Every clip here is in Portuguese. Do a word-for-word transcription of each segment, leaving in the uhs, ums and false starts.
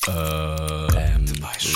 Uh, debaixo.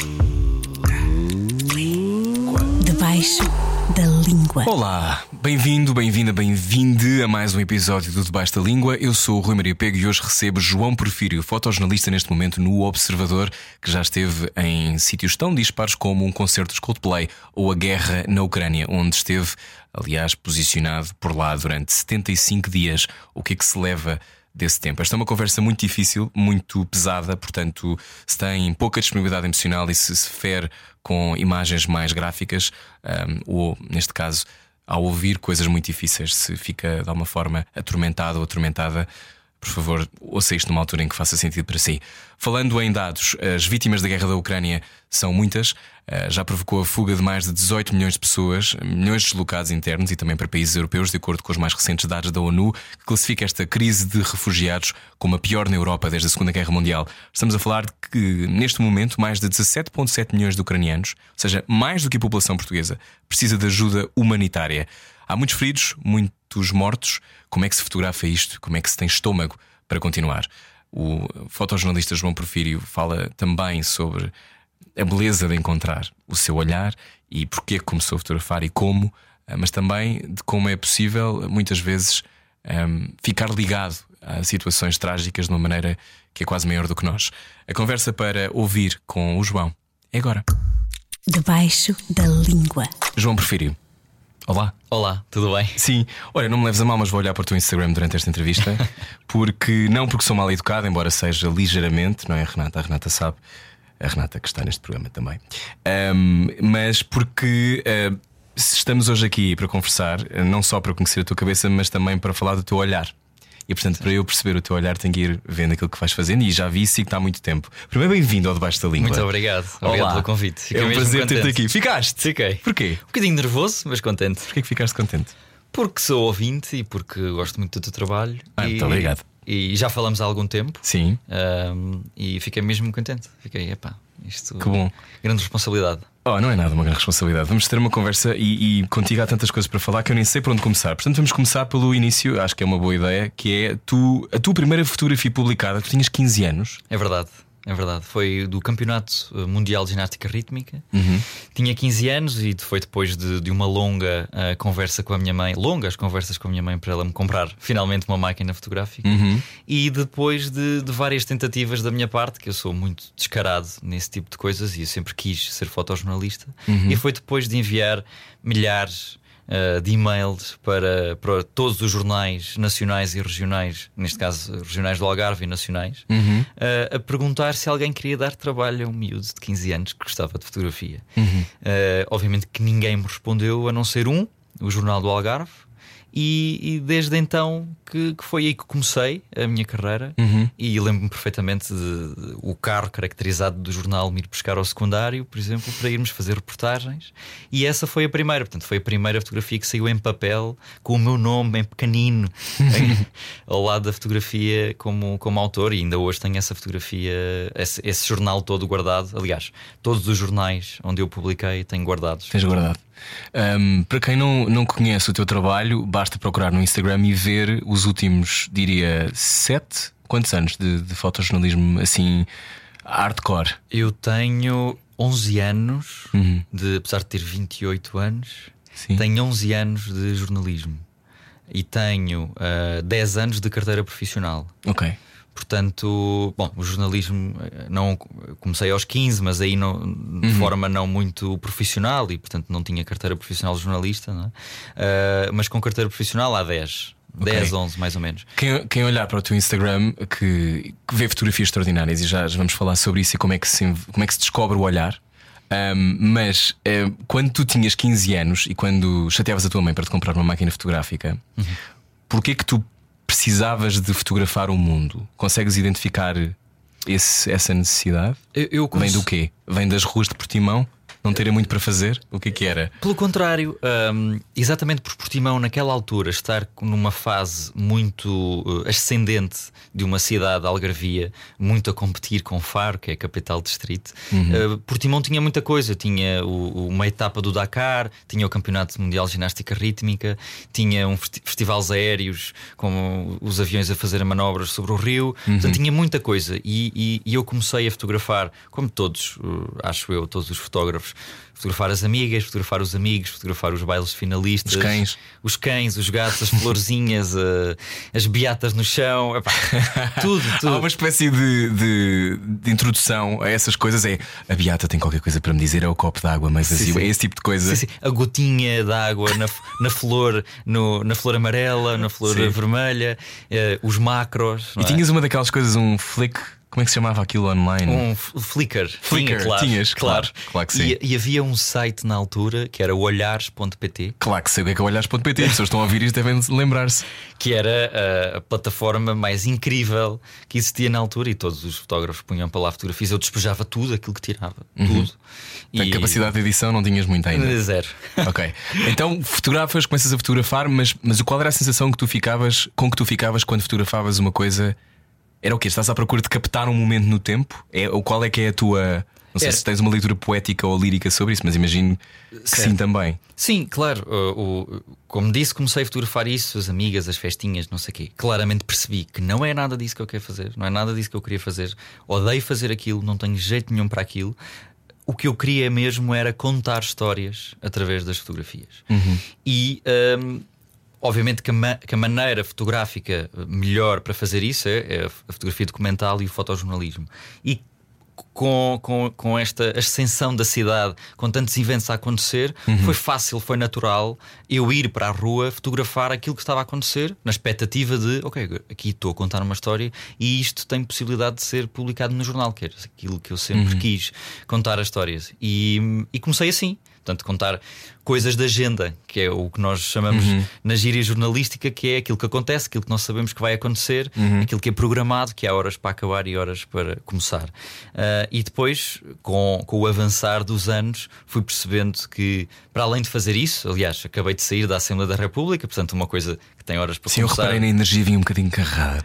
Debaixo da língua. Olá, bem-vindo, bem-vinda, bem-vinde a mais um episódio do Debaixo da Língua. Eu sou o Rui Maria Pego e hoje recebo João Porfírio, fotojornalista neste momento no Observador, que já esteve em sítios tão dispares como um concerto de Coldplay ou a guerra na Ucrânia, onde esteve, aliás, posicionado por lá durante setenta e cinco dias. O que é que se leva desse tempo? Esta é uma conversa muito difícil, muito pesada, portanto, se tem pouca disponibilidade emocional e se se fere com imagens mais gráficas, um, ou, neste caso, ao ouvir coisas muito difíceis, se fica de alguma forma atormentado ou atormentada, por favor, ouça isto numa altura em que faça sentido para si. Falando em dados, as vítimas da guerra da Ucrânia são muitas. Já provocou a fuga de mais de dezoito milhões de pessoas, milhões de deslocados internos e também para países europeus, de acordo com os mais recentes dados da ONU, que classifica esta crise de refugiados como a pior na Europa desde a Segunda Guerra Mundial. Estamos a falar de que, neste momento, mais de dezassete vírgula sete milhões de ucranianos, ou seja, mais do que a população portuguesa, precisa de ajuda humanitária. Há muitos feridos, muitos mortos. Como é que se fotografa isto? Como é que se tem estômago para continuar? O fotojornalista João Porfírio fala também sobre a beleza de encontrar o seu olhar e porque começou a fotografar e como, mas também de como é possível, muitas vezes, um, ficar ligado a situações trágicas de uma maneira que é quase maior do que nós. A conversa para ouvir com o João é agora. Debaixo da língua. João Porfírio, olá. Olá, tudo bem? Sim, olha, não me leves a mal, mas vou olhar para o teu Instagram durante esta entrevista. Porque, não porque sou mal educado, embora seja ligeiramente, não é, Renata? A Renata sabe, a Renata que está neste programa também, um, mas porque uh, estamos hoje aqui para conversar, não só para conhecer a tua cabeça, mas também para falar do teu olhar. E portanto, para eu perceber o teu olhar, tenho que ir vendo aquilo que vais fazendo. E já vi isso e que está há muito tempo. Primeiro, bem-vindo ao Debaixo da Língua. Muito obrigado, obrigado Olá. pelo convite. Fiquei É um mesmo prazer ter-te contente. aqui. Ficaste? Fiquei. Porquê? Um bocadinho nervoso, mas contente. Porquê que ficaste contente? Porque sou ouvinte e porque gosto muito do teu trabalho. Ah, e, muito obrigado. E já falamos há algum tempo. Sim. Um, e fiquei mesmo contente. Fiquei, epá, isto. Que bom. Grande responsabilidade. Oh, não é nada uma grande responsabilidade. Vamos ter uma conversa e, e contigo há tantas coisas para falar que eu nem sei por onde começar. Portanto, vamos começar pelo início. Acho que é uma boa ideia. Que é tu, a tua primeira fotografia publicada. Tu tinhas quinze anos. É verdade. É verdade, foi do Campeonato Mundial de Ginástica Rítmica. Uhum. Tinha quinze anos e foi depois de, de uma longa uh, conversa com a minha mãe, longas conversas com a minha mãe para ela me comprar finalmente uma máquina fotográfica. Uhum. E depois de, de várias tentativas da minha parte, que eu sou muito descarado nesse tipo de coisas e eu sempre quis ser fotojornalista. Uhum. E foi depois de enviar milhares Uh, de e-mails para, para todos os jornais nacionais e regionais, neste caso regionais do Algarve e nacionais, Uhum. uh, a perguntar se alguém queria dar trabalho a um miúdo de quinze anos que gostava de fotografia. Uhum. Uh, obviamente que ninguém me respondeu, a não ser um, o Jornal do Algarve. E, e desde então que, que foi aí que comecei a minha carreira. Uhum. E lembro-me perfeitamente de, de, o carro caracterizado do jornal me ir buscar ao secundário, por exemplo, para irmos fazer reportagens. E essa foi a primeira, portanto, foi a primeira fotografia que saiu em papel, com o meu nome em pequenino, em, ao lado da fotografia como, como autor. E ainda hoje tenho essa fotografia, esse, esse jornal todo guardado. Aliás, todos os jornais onde eu publiquei tenho guardados. Tens guardado. Um, para quem não, não conhece o teu trabalho, basta procurar no Instagram e ver os últimos, diria, sete, quantos anos de, de fotojornalismo assim hardcore? Eu tenho onze anos, Uhum. de, apesar de ter vinte e oito anos, Sim. tenho onze anos de jornalismo e tenho uh, dez anos de carteira profissional. Ok. Portanto, bom, o jornalismo não comecei aos quinze, mas aí não, de Uhum. forma não muito profissional e, portanto, não tinha carteira profissional de jornalista, não é? Uh, mas com carteira profissional há dez, Ok. dez, onze mais ou menos. Quem, quem olhar para o teu Instagram que, que vê fotografias extraordinárias, e já, já vamos falar sobre isso e como é que se, como é que se descobre o olhar. Um, mas uh, quando tu tinhas quinze anos e quando chateavas a tua mãe para te comprar uma máquina fotográfica, uhum. porquê que tu precisavas de fotografar o mundo? Consegues identificar esse, essa necessidade? Eu, eu Vem do quê? Vem das ruas de Portimão? Não terem muito para fazer? O que é que era? Pelo contrário, um, exatamente por Portimão, naquela altura, estar numa fase muito uh, ascendente de uma cidade, Algarvia, muito a competir com Faro, que é a capital distrito. Uhum. uh, Portimão tinha muita coisa. Tinha o, uma etapa do Dakar, tinha o Campeonato Mundial de Ginástica Rítmica, tinha um festi festivais aéreos com os aviões a fazer manobras sobre o rio. Uhum. Portanto, tinha muita coisa. E, e, e eu comecei a fotografar, como todos, uh, acho eu, todos os fotógrafos, fotografar as amigas, fotografar os amigos, fotografar os bailes finalistas, os cães, os, cães, os gatos, as florzinhas, uh, as beatas no chão. Epá, tudo, tudo. Há uma espécie de, de, de introdução a essas coisas. É a beata tem qualquer coisa para me dizer, é o copo de água meio vazio, sim, sim. É esse tipo de coisa. Sim, sim. A gotinha de água na, na flor, no, na flor amarela, na flor sim. vermelha, uh, os macros. E tinhas é? uma daquelas coisas, um flick. Como é que se chamava aquilo online? Um Flickr. Flickr, Tinha, claro, tinhas, claro, claro, claro que sim. E, e havia um site na altura que era o olhares ponto pt. Claro que sei o que é que é o olhares ponto pt. As pessoas estão a ouvir isto devem lembrar-se. Que era a, a plataforma mais incrível que existia na altura. E todos os fotógrafos punham para lá fotografias. Eu despejava tudo aquilo que tirava, uhum. tudo. E a capacidade de edição não tinhas muito ainda. Zero. Ok. Então fotografas, começas a fotografar. Mas, mas qual era a sensação que tu ficavas, com que tu ficavas quando fotografavas uma coisa? Era o quê? Estás à procura de captar um momento no tempo? É, ou qual é que é a tua... Não sei Era. se tens uma leitura poética ou lírica sobre isso, mas imagino que certo. sim também. Sim, claro. O, o, como disse, comecei a fotografar isso, as amigas, as festinhas, não sei o quê. Claramente percebi que não é nada disso que eu quero fazer. Não é nada disso que eu queria fazer. Odeio fazer aquilo, não tenho jeito nenhum para aquilo. O que eu queria mesmo era contar histórias através das fotografias. Uhum. E... Um, obviamente que a, ma que a maneira fotográfica melhor para fazer isso é, é a fotografia documental e o fotojornalismo. E com, com, com esta ascensão da cidade, com tantos eventos a acontecer, uhum. foi fácil, foi natural eu ir para a rua fotografar aquilo que estava a acontecer, na expectativa de, ok, aqui estou a contar uma história e isto tem possibilidade de ser publicado no jornal, que é aquilo que eu sempre uhum. quis, contar as histórias. E, e comecei assim. Portanto, contar coisas da agenda, que é o que nós chamamos uhum. na gíria jornalística, que é aquilo que acontece, aquilo que nós sabemos que vai acontecer, uhum. aquilo que é programado, que há horas para acabar e horas para começar. Uh, e depois, com, com o avançar dos anos, fui percebendo que, para além de fazer isso, aliás, acabei de sair da Assembleia da República, portanto, uma coisa que tem horas para Sim, começar. Sim, eu reparei na energia, vinha um bocadinho carregada.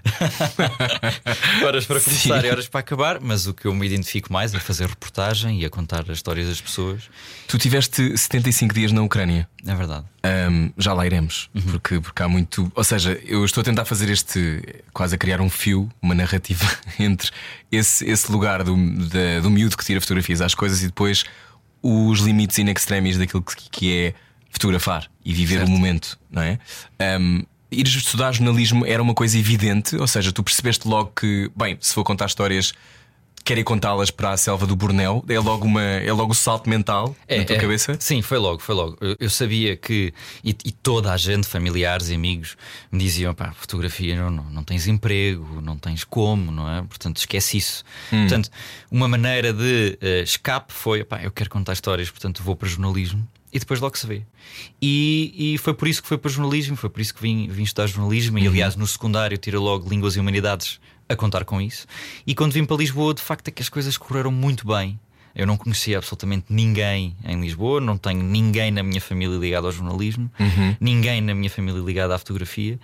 Horas para começar Sim. e horas para acabar, mas o que eu me identifico mais é fazer reportagem e a contar as histórias das pessoas. Tu tiveste setenta e cinco dias na Ucrânia. É verdade. Um, já lá iremos, uhum. porque, porque há muito. Ou seja, eu estou a tentar fazer este. Quase a criar um fio, uma narrativa entre esse, esse lugar do, da, do miúdo que tira fotografias às coisas e depois os limites in extremis daquilo que, que é fotografar e viver certo. o momento, não é? Um, ires estudar jornalismo era uma coisa evidente, ou seja, tu percebeste logo que, bem, se for contar histórias, quero ir contá-las para a selva do Bornéu. É logo, uma, é logo o salto mental é, na tua é, cabeça? Sim, foi logo, foi logo. Eu, eu sabia que, e, e toda a gente, familiares e amigos, me diziam: pá, fotografia, não, não, não tens emprego, não tens como, não é? Portanto, esquece isso. Hum. Portanto, uma maneira de uh, escape foi: pá, eu quero contar histórias, portanto vou para jornalismo. E depois logo se vê. E, e foi por isso que foi para jornalismo, foi por isso que vim, vim estudar jornalismo. Uhum. E aliás, no secundário, tirei logo Línguas e Humanidades a contar com isso. E quando vim para Lisboa, de facto é que as coisas correram muito bem. Eu não conhecia absolutamente ninguém em Lisboa, não tenho ninguém na minha família ligado ao jornalismo, uhum. ninguém na minha família ligado à fotografia.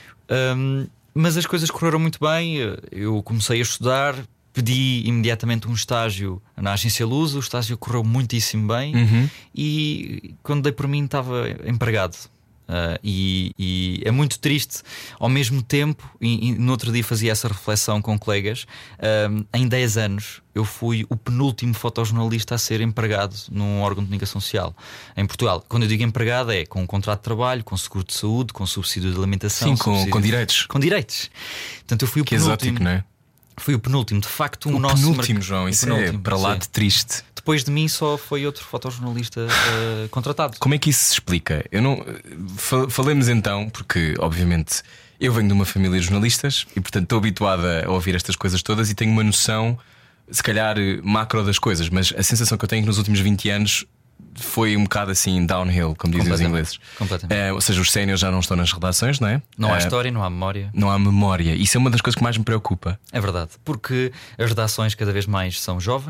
Um, mas as coisas correram muito bem. Eu comecei a estudar. Pedi imediatamente um estágio na agência Luz. O estágio correu muitíssimo bem. Uhum. E quando dei por mim estava empregado. uh, e, e é muito triste. Ao mesmo tempo, e, e no outro dia fazia essa reflexão com colegas, uh, em dez anos eu fui o penúltimo fotojornalista a ser empregado num órgão de comunicação social em Portugal. Quando eu digo empregado é com um contrato de trabalho, com seguro de saúde, com subsídio de alimentação. Sim, com, com direitos. Com direitos. Portanto, eu fui o que penúltimo. Exótico, não é? Fui o penúltimo, de facto, o um nosso penúltimo, João, isso penúltimo, é para lá sim. de triste. Depois de mim só foi outro fotojornalista uh, contratado. Como é que isso se explica? Eu não... Falemos então, porque obviamente eu venho de uma família de jornalistas e portanto estou habituada a ouvir estas coisas todas e tenho uma noção, se calhar, macro das coisas. Mas a sensação que eu tenho é que nos últimos vinte anos foi um bocado assim downhill, como dizem os ingleses. Completamente. Uh, ou seja, os séniores já não estão nas redações, não é? Não há uh, história, não há memória. Não há memória. Isso é uma das coisas que mais me preocupa. É verdade, porque as redações cada vez mais são jovens,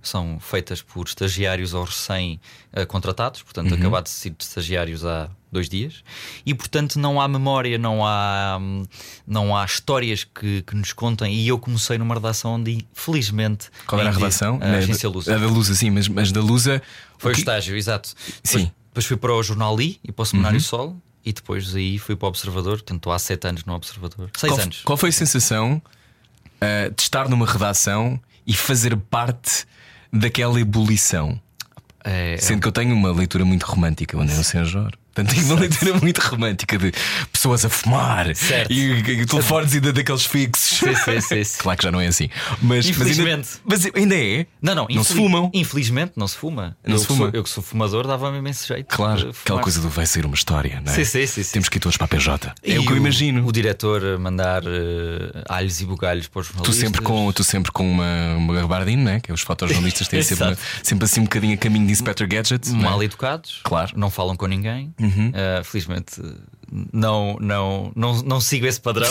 são feitas por estagiários ou recém-contratados, portanto, Uhum. acabados de ser estagiários há dois dias, e portanto não há memória, não há, não há histórias que, que nos contem. E eu comecei numa redação onde, felizmente. Qual era a ainda- redação? A Agência Lusa. A da Lusa, sim, mas, mas da Lusa. Foi o que- estágio, exato. Sim. Depois, depois fui para o Jornal I e para o Semanário Uhum. Sol, e depois aí fui para o Observador. Portanto, estou há sete anos no Observador. Seis Qual, anos. qual foi a sensação uh, de estar numa redação e fazer parte daquela ebulição? É, é Sendo que eu tenho uma leitura muito romântica, onde é o Senhor. Portanto, tenho uma leitura muito romântica de pessoas a fumar Certo. e, e, e telefones ainda daqueles fixos. Sim, sim, sim, sim. Claro que já não é assim. Mas, Infelizmente. Mas ainda, mas ainda é. Não, não, Não se infeli- fumam. Infelizmente não se fuma. Não eu, se que fuma. Sou, eu que sou fumador, dava-me imenso jeito. Claro, de aquela fumar. coisa do vai sair uma história, não é? Sim, sim, sim, sim. Temos que ir todos para a P J. É E o que eu imagino. O diretor a mandar eh, alhos e bugalhos para os Tu jornalistas. sempre com, tu sempre com uma, uma gabardine, né? Que os fotojornalistas têm sempre, uma- Exato. sempre assim um bocadinho a caminho de Inspector Gadget. não é? Mal educados, Claro. não falam com ninguém. Uhum. Uh, felizmente não, não, não, não sigo esse padrão.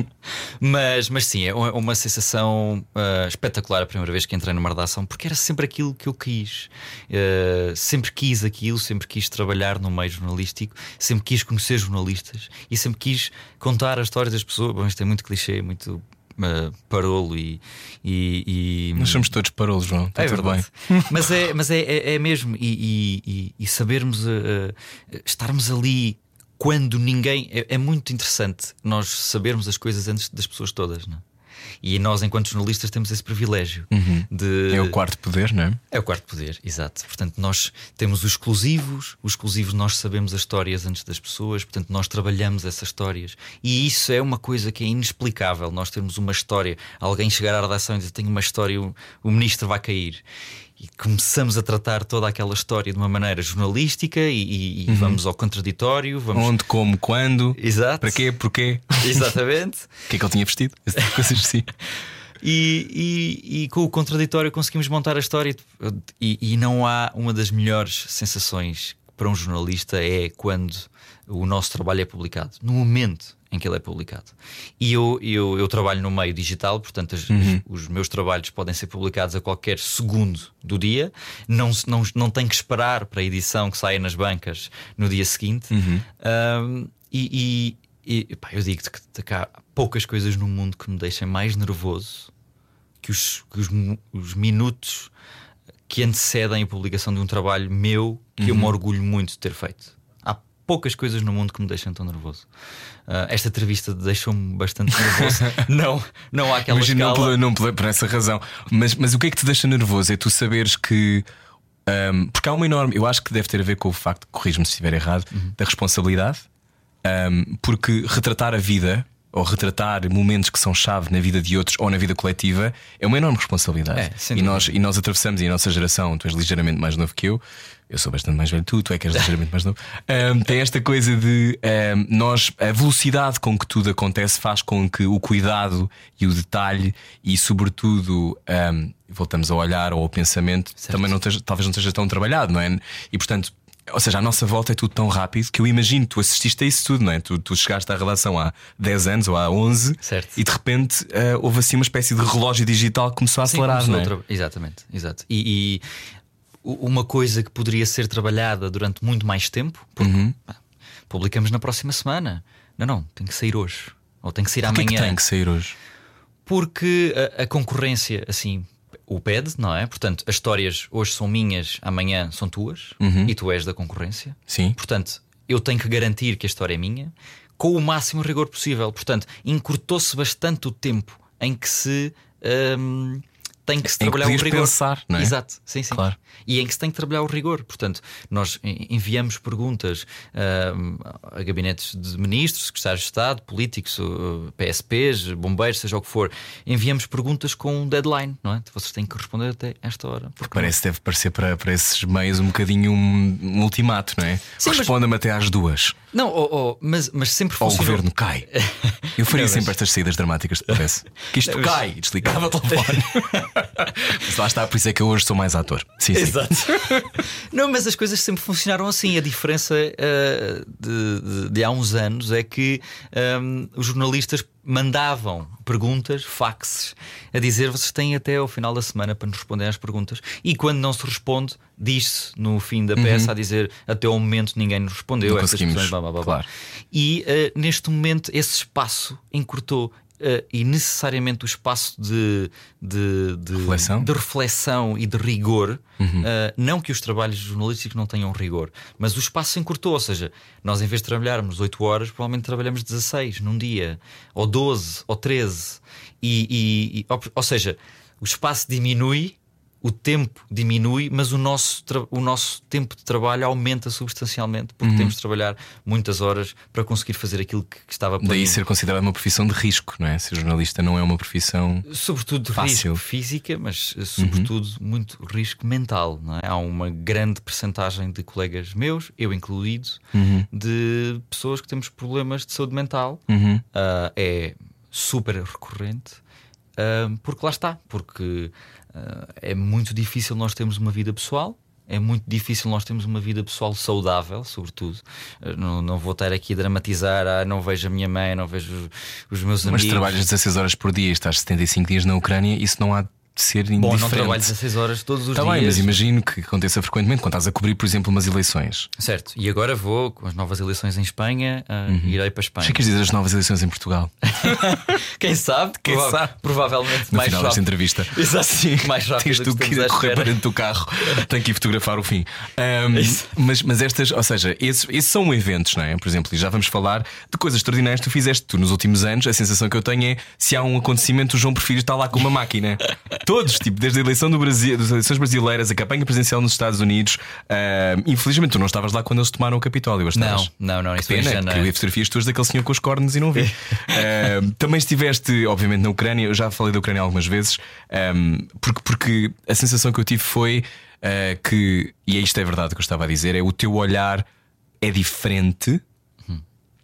mas, mas sim, é uma uma sensação uh, espetacular a primeira vez que entrei numa redação, porque era sempre aquilo que eu quis. Uh, sempre quis aquilo, sempre quis trabalhar no meio jornalístico, sempre quis conhecer jornalistas e sempre quis contar as histórias das pessoas. Bom, isto é muito clichê, muito uh, parolo e. e, e... Nós somos todos parolos, João. Está É tudo verdade. bem. Mas é, mas é, é, é mesmo. E, e- e- e sabermos uh, uh, estarmos ali quando ninguém. É, é muito interessante nós sabermos as coisas antes das pessoas todas, não é? E nós, enquanto jornalistas, temos esse privilégio de. É o quarto poder, não é? É o quarto poder, exato. Portanto, nós temos os exclusivos, os exclusivos nós sabemos as histórias antes das pessoas, portanto, nós trabalhamos essas histórias. E isso é uma coisa que é inexplicável. Nós termos uma história, alguém chegar à redação e dizer: tenho uma história, o, o ministro vai cair. E começamos a tratar toda aquela história de uma maneira jornalística e, e- e vamos ao contraditório. Vamos... Onde, como, quando, Exato. para quê, porquê, Exatamente. o que é que ele tinha vestido? Esse tipo de coisas assim. E, e- e com o contraditório conseguimos montar a história. E, e não há uma das melhores sensações para um jornalista é quando o nosso trabalho é publicado, no momento em que ele é publicado. E eu, eu, eu trabalho no meio digital, portanto as- Uhum. os, os meus trabalhos podem ser publicados a qualquer segundo do dia. Não, se- não, não tenho que esperar para a edição que saia nas bancas no dia seguinte. Uhum. Um, e e, e pá, eu digo-te que, que há poucas coisas no mundo que me deixem mais nervoso que os, que os, mu- os minutos que antecedem a publicação de um trabalho meu que eu me orgulho muito de ter feito. Há poucas coisas no mundo que me deixam tão nervoso. Ah, esta entrevista deixou-me bastante nervoso. não, não há aquela Imagina, não, escala. pela- não pela- por essa razão. Mas, mas o que é que te deixa nervoso? É tu saberes que. Um, porque há uma enorme. Eu acho que deve ter a ver com o facto, corrijo-me se estiver errado, da responsabilidade. Um, porque retratar a vida ou retratar momentos que são chave na vida de outros ou na vida coletiva é uma enorme responsabilidade. É, sem e, dúvida. nós, e nós atravessamos, e a nossa geração, tu és ligeiramente mais novo que eu, eu sou bastante mais velho que tu, tu é que és ligeiramente mais novo. Um, tem esta coisa de um, nós, a velocidade com que tudo acontece faz com que o cuidado e o detalhe e, sobretudo, um, voltamos ao olhar ou ao pensamento, Certo. também não esteja, talvez não esteja tão trabalhado, não é? E portanto. Ou seja, à nossa volta é tudo tão rápido que eu imagino, tu assististe a isso tudo, não é? Tu, tu chegaste à redação há dez anos ou há onze Certo. e de repente eh, houve assim uma espécie de relógio digital que começou a Sim, acelerar, começou não é? outra- Exatamente, exato. E, e u- uma coisa que poderia ser trabalhada durante muito mais tempo, porque Uhum. pá, publicamos na próxima semana. Não, não, tem que sair hoje. Ou tem que sair O que é amanhã. que tem que sair hoje? Porque a, a concorrência, assim, o pede, não é? Portanto, as histórias hoje são minhas, amanhã são tuas, Uhum. e tu és da concorrência. Sim. Portanto, eu tenho que garantir que a história é minha, com o máximo rigor possível. Portanto, encurtou-se bastante o tempo em que se hum, tem que se Em que trabalhar o podias rigor. pensar, não é? Exato, sim, sim. Claro. E em que se tem que trabalhar o rigor. Portanto, nós en- enviamos perguntas hum, a gabinetes de ministros, secretários de Estado, políticos, uh, P S Ps, bombeiros, seja o que for. Enviamos perguntas com um deadline, não é? Vocês têm que responder até esta hora. Porque Parece que deve parecer para, para esses meios um bocadinho um, um ultimato, não é? Sim, mas- Responda-me até às duas. Não, oh, oh, mas, mas sempre Ou o funcionou. governo cai. Eu faria Não, sempre mas- estas saídas dramáticas, se pudesse. Que isto Não, mas- cai, desligava o telefone. Mas lá está, por isso é que eu hoje sou mais ator. Sim, sim. Exato. Não, mas as coisas sempre funcionaram assim. A diferença uh, de, de, de há uns anos é que um, os jornalistas mandavam perguntas, faxes, a dizer: vocês têm até ao final da semana para nos responder às perguntas. E quando não se responde, diz-se no fim da peça, uhum, a dizer: até ao momento ninguém nos respondeu. Não conseguimos, blá, blá, blá, claro. E uh, neste momento esse espaço encurtou. Uh, e necessariamente o espaço de, de, de, reflexão? de reflexão e de rigor, uhum, uh, não que os trabalhos jornalísticos não tenham rigor, mas o espaço se encurtou. Ou seja, nós em vez de trabalharmos oito horas, provavelmente trabalhamos dezasseis num dia, ou doze, ou treze, e, e, e, ou, ou seja, o espaço diminui, o tempo diminui, mas o nosso, o nosso tempo de trabalho aumenta substancialmente, porque uhum, temos de trabalhar muitas horas para conseguir fazer aquilo que, que estava planeado. Daí ser considerado uma profissão de risco, não é? Ser jornalista não é uma profissão sobretudo de fácil. Risco física, mas sobretudo uhum, muito risco mental, não é? Há uma grande percentagem de colegas meus, eu incluído, uhum, de pessoas que temos problemas de saúde mental. uhum. uh, É super recorrente, uh, porque lá está, porque Uh, é muito difícil nós termos uma vida pessoal. É muito difícil nós termos uma vida pessoal saudável, sobretudo. Uh, não, não vou estar aqui a dramatizar. Ah, não vejo a minha mãe, não vejo os, os meus amigos. Mas trabalhas dezasseis horas por dia e estás setenta e cinco dias na Ucrânia. Isso não há de ser indiferente. Bom, não trabalho dezasseis horas todos os tá dias. Bem, mas imagino que aconteça frequentemente quando estás a cobrir, por exemplo, umas eleições. Certo, e agora vou com as novas eleições em Espanha, uh, uhum, irei para a Espanha. Achei que queres dizer as novas eleições em Portugal. Quem sabe? Quem Prova sabe? Provavelmente no mais final rápido. Desta entrevista. Exato, sim, mais rápido. Tens tu que ir a correr para dentro do carro. Tenho que ir fotografar o fim. Um, mas, mas estas, ou seja, esses, esses são eventos, não é? Por exemplo, e já vamos falar de coisas extraordinárias que tu fizeste tu nos últimos anos. A sensação que eu tenho é: se há um acontecimento, o João Porfírio está lá com uma máquina. Todos, tipo, desde a eleição do Brasil, das eleições brasileiras, a campanha presidencial nos Estados Unidos. Uh, infelizmente tu não estavas lá quando eles tomaram o Capitólio. Não, não, não, isso foi em janeiro. Que eu vi fotografias tuas daquele senhor com os cornos e não vi. uh, Também estiveste, obviamente, na Ucrânia. Eu já falei da Ucrânia algumas vezes, um, porque, porque a sensação que eu tive foi uh, que, e isto é verdade o que eu estava a dizer, é o teu olhar é diferente. hum.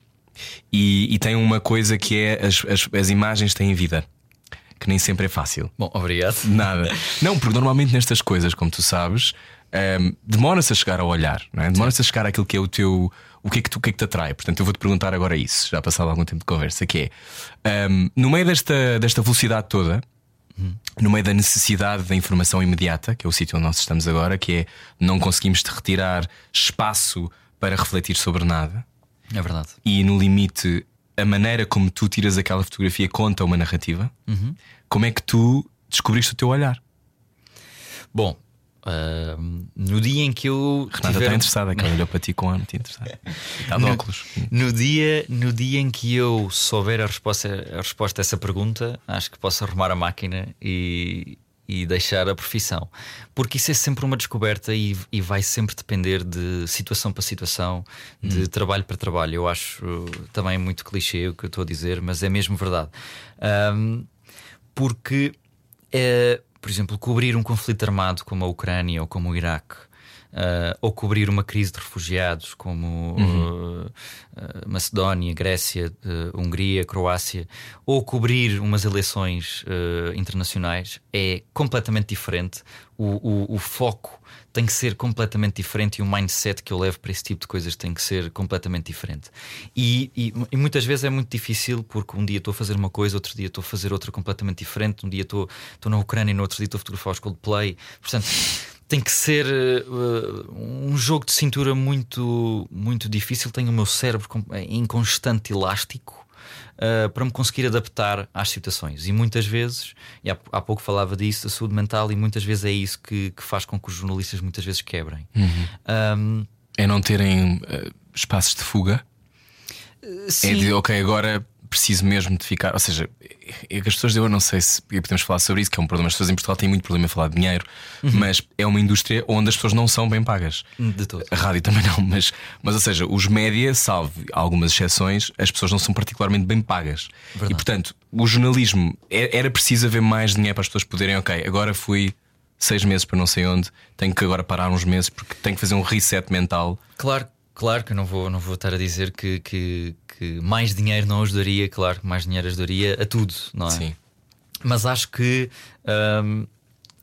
e, e tem uma coisa que é as, as, as imagens têm vida, que nem sempre é fácil. Bom, obrigado. Nada. Não, porque normalmente nestas coisas, como tu sabes, um, demora-se a chegar ao olhar, não é? Demora-se a chegar àquilo que é o teu. O que é que, tu, o que é que te atrai? Portanto, eu vou-te perguntar agora isso, já passado algum tempo de conversa, que é um, no meio desta, desta velocidade toda, hum. no meio da necessidade da informação imediata, que é o sítio onde nós estamos agora, que é não conseguimos te retirar espaço para refletir sobre nada. É verdade. E no limite, a maneira como tu tiras aquela fotografia conta uma narrativa. Uhum. Como é que tu descobriste o teu olhar? Bom, uh, no dia em que eu Renata tiver... está interessada, que ela olhou para ti com a muito interessada. Está de no, óculos. no, dia, no dia em que eu souber a resposta, a resposta a essa pergunta, acho que posso arrumar a máquina e, e deixar a profissão. Porque isso é sempre uma descoberta e, e vai sempre depender de situação para situação, de hum. trabalho para trabalho. Eu acho também muito clichê o que eu estou a dizer, mas é mesmo verdade. Um, porque, é, por exemplo, cobrir um conflito armado como a Ucrânia ou como o Iraque, Uh, ou cobrir uma crise de refugiados como uhum. uh, uh, Macedónia, Grécia, uh, Hungria, Croácia, ou cobrir umas eleições uh, internacionais, é completamente diferente. O, o, o foco tem que ser completamente diferente e o mindset que eu levo para esse tipo de coisas tem que ser completamente diferente. E, e, e muitas vezes é muito difícil, porque um dia estou a fazer uma coisa, outro dia estou a fazer outra completamente diferente. Um dia estou, estou na Ucrânia e no outro dia estou a fotografar os Coldplay. Portanto, tem que ser uh, um jogo de cintura muito, muito difícil. Tenho o meu cérebro em constante elástico uh, para me conseguir adaptar às situações. E muitas vezes, e há, há pouco falava disso, da saúde mental, e muitas vezes é isso que, que faz com que os jornalistas muitas vezes quebrem. Uhum. Um, é não terem uh, espaços de fuga. Sim. É de, ok, agora preciso mesmo de ficar. Ou seja, é que as pessoas, eu não sei se podemos falar sobre isso, que é um problema. As pessoas em Portugal têm muito problema a falar de dinheiro, uhum. mas é uma indústria onde as pessoas não são bem pagas. De todo. A rádio também não, mas, mas ou seja, os média, salvo algumas exceções, as pessoas não são particularmente bem pagas. Verdade. E portanto, o jornalismo era preciso haver mais dinheiro para as pessoas poderem, ok, agora fui seis meses para não sei onde, tenho que agora parar uns meses porque tenho que fazer um reset mental. Claro. Claro que eu não vou, não vou estar a dizer que, que, que mais dinheiro não ajudaria. Claro que mais dinheiro ajudaria a tudo, não é? Sim. Mas acho que hum,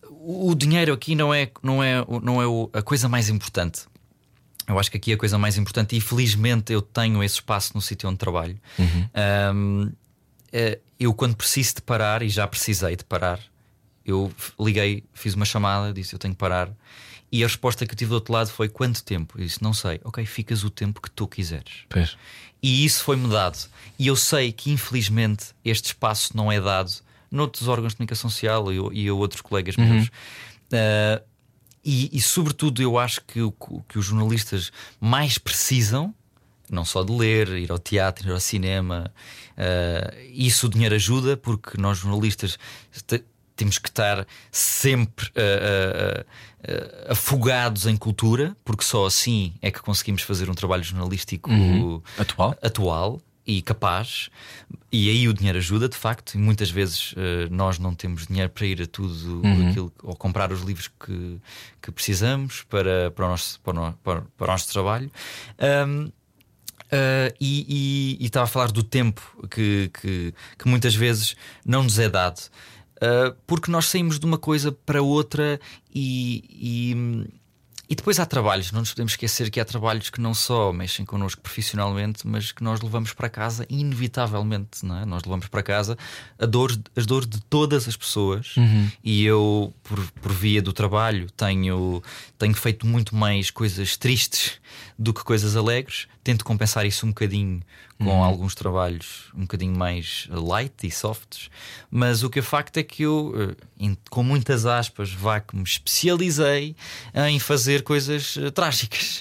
o dinheiro aqui não é, não é, não é a coisa mais importante. Eu acho que aqui a coisa mais importante, e felizmente eu tenho esse espaço no sítio onde trabalho. Uhum. Um, eu, quando preciso de parar, e já precisei de parar, eu liguei, fiz uma chamada, disse eu tenho que parar. E a resposta que eu tive do outro lado foi: quanto tempo? Eu disse: não sei. Ok, ficas o tempo que tu quiseres. Pois. E isso foi-me dado. E eu sei que infelizmente este espaço não é dado noutros órgãos de comunicação social e, e a outros colegas uhum. meus. Uh, e, e sobretudo eu acho que o que os jornalistas mais precisam, não só de ler, ir ao teatro, ir ao cinema, uh, isso o dinheiro ajuda, porque nós jornalistas te, temos que estar sempre uh, uh, uh, afogados em cultura, porque só assim é que conseguimos fazer um trabalho jornalístico uhum. atual. atual e capaz. E aí o dinheiro ajuda, de facto. E muitas vezes uh, nós não temos dinheiro para ir a tudo uhum. aquilo, ou comprar os livros que, que precisamos para, para, o nosso, para, o nosso, para, para o nosso trabalho. Um, Uh, e, e, e estava a falar do tempo que, que, que muitas vezes não nos é dado, uh, porque nós saímos de uma coisa para outra e, e, e depois há trabalhos. Não nos podemos esquecer que há trabalhos que não só mexem connosco profissionalmente, mas que nós levamos para casa inevitavelmente, não é? Nós levamos para casa a dor, as dores de todas as pessoas. uhum. E eu, por, por via do trabalho, tenho, tenho feito muito mais coisas tristes do que coisas alegres. Tento compensar isso um bocadinho com uhum. alguns trabalhos um bocadinho mais light e softs. Mas o que é facto é que eu, com muitas aspas, vá, que me especializei em fazer coisas uh, trágicas.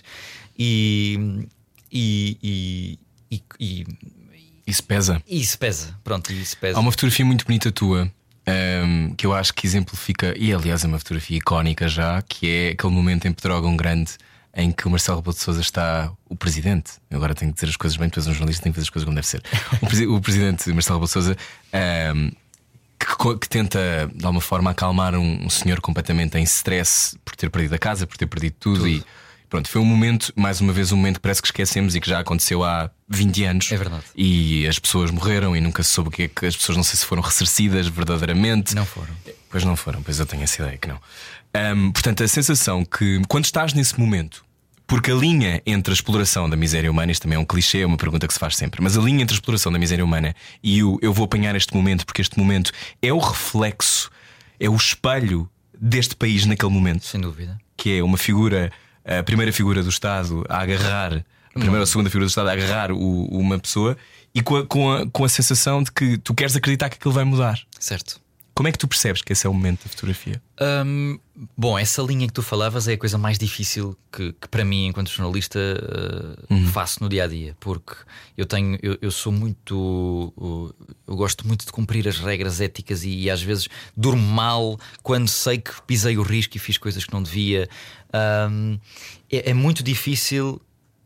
E, e, e, e, e Isso pesa. Isso pesa. Pronto, isso pesa. Há uma fotografia muito bonita tua, um, que eu acho que exemplifica, e aliás é uma fotografia icónica já, que é aquele momento em Pedrógão Grande em que o Marcelo Rebelo de Sousa está, o presidente, eu agora tenho que dizer as coisas bem, tu és um jornalista, tenho que fazer as coisas como deve ser. O, presi o presidente Marcelo Rebelo de Sousa, um, que, que tenta de alguma forma acalmar um, um senhor completamente em stress por ter perdido a casa, por ter perdido tudo, tudo. E pronto, foi um momento, mais uma vez, um momento que parece que esquecemos e que já aconteceu há vinte anos. É verdade. E as pessoas morreram e nunca se soube o que é que as pessoas, não sei se foram ressarcidas verdadeiramente. Não foram. Pois não foram, pois eu tenho essa ideia que não. Um, portanto, a sensação que quando estás nesse momento, porque a linha entre a exploração da miséria humana, isto também é um clichê, é uma pergunta que se faz sempre, mas a linha entre a exploração da miséria humana e o eu vou apanhar este momento, porque este momento é o reflexo, é o espelho deste país naquele momento. Sem dúvida. Que é uma figura, a primeira figura do Estado a agarrar, a primeira ou a segunda figura do Estado a agarrar o, uma pessoa, e com a, com, a, com a sensação de que tu queres acreditar que aquilo vai mudar. Certo. Como é que tu percebes que esse é o momento da fotografia? Um, bom, essa linha que tu falavas é a coisa mais difícil que, que para mim, enquanto jornalista, uh, uhum. faço no dia a dia. Porque eu tenho, eu, eu sou muito, uh, eu gosto muito de cumprir as regras éticas e, e às vezes durmo mal quando sei que pisei o risco e fiz coisas que não devia. Um, é, é muito difícil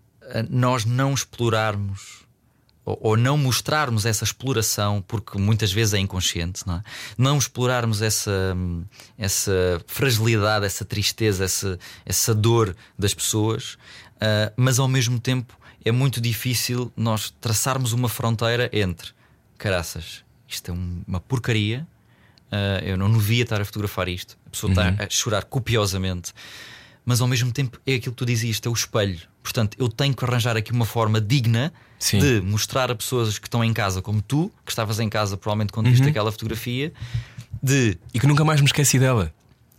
nós não explorarmos ou não mostrarmos essa exploração, porque muitas vezes é inconsciente, não é? Não explorarmos essa, essa fragilidade, essa tristeza, essa, essa dor das pessoas, uh, mas ao mesmo tempo é muito difícil nós traçarmos uma fronteira entre caraças, isto é uma porcaria, uh, eu não devia estar a fotografar isto, a pessoa uhum. está a chorar copiosamente, mas ao mesmo tempo é aquilo que tu dizias, isto é o espelho. Portanto, eu tenho que arranjar aqui uma forma digna Sim. de mostrar a pessoas que estão em casa como tu, que estavas em casa provavelmente quando uhum. viste aquela fotografia, de... E que nunca mais me esqueci dela.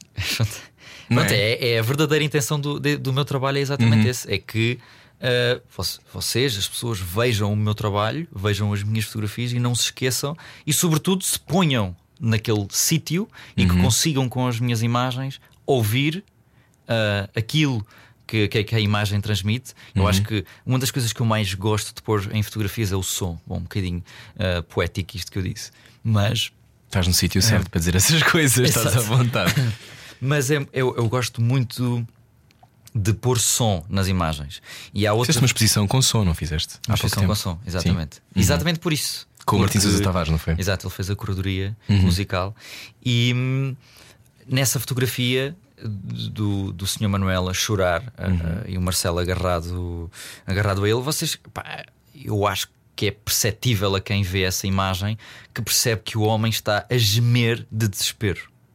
Pronto, é? É, é a verdadeira intenção do, de, do meu trabalho, é exatamente uhum. esse. É que uh, vocês, as pessoas, vejam o meu trabalho, vejam as minhas fotografias e não se esqueçam, e sobretudo se ponham naquele sítio e uhum. que consigam com as minhas imagens ouvir uh, aquilo Que, que a imagem transmite. Eu uhum. acho que uma das coisas que eu mais gosto de pôr em fotografias é o som. Bom, um bocadinho uh, poético isto que eu disse, mas estás no sítio certo é. para dizer essas coisas. Exato. Estás à vontade. Mas é, eu, eu gosto muito de pôr som nas imagens. E há outra... Fizeste uma exposição com som, não fizeste? Uma exposição com som, exatamente. Uhum. Exatamente por isso. Com o Martim Sousa Tavares, não foi? Exato, ele fez a curadoria uhum. musical. E hum, nessa fotografia do, do senhor Manuel a chorar uhum. uh, e o Marcelo agarrado, agarrado a ele, vocês, pá, eu acho que é perceptível a quem vê essa imagem que percebe que o homem está a gemer de desespero.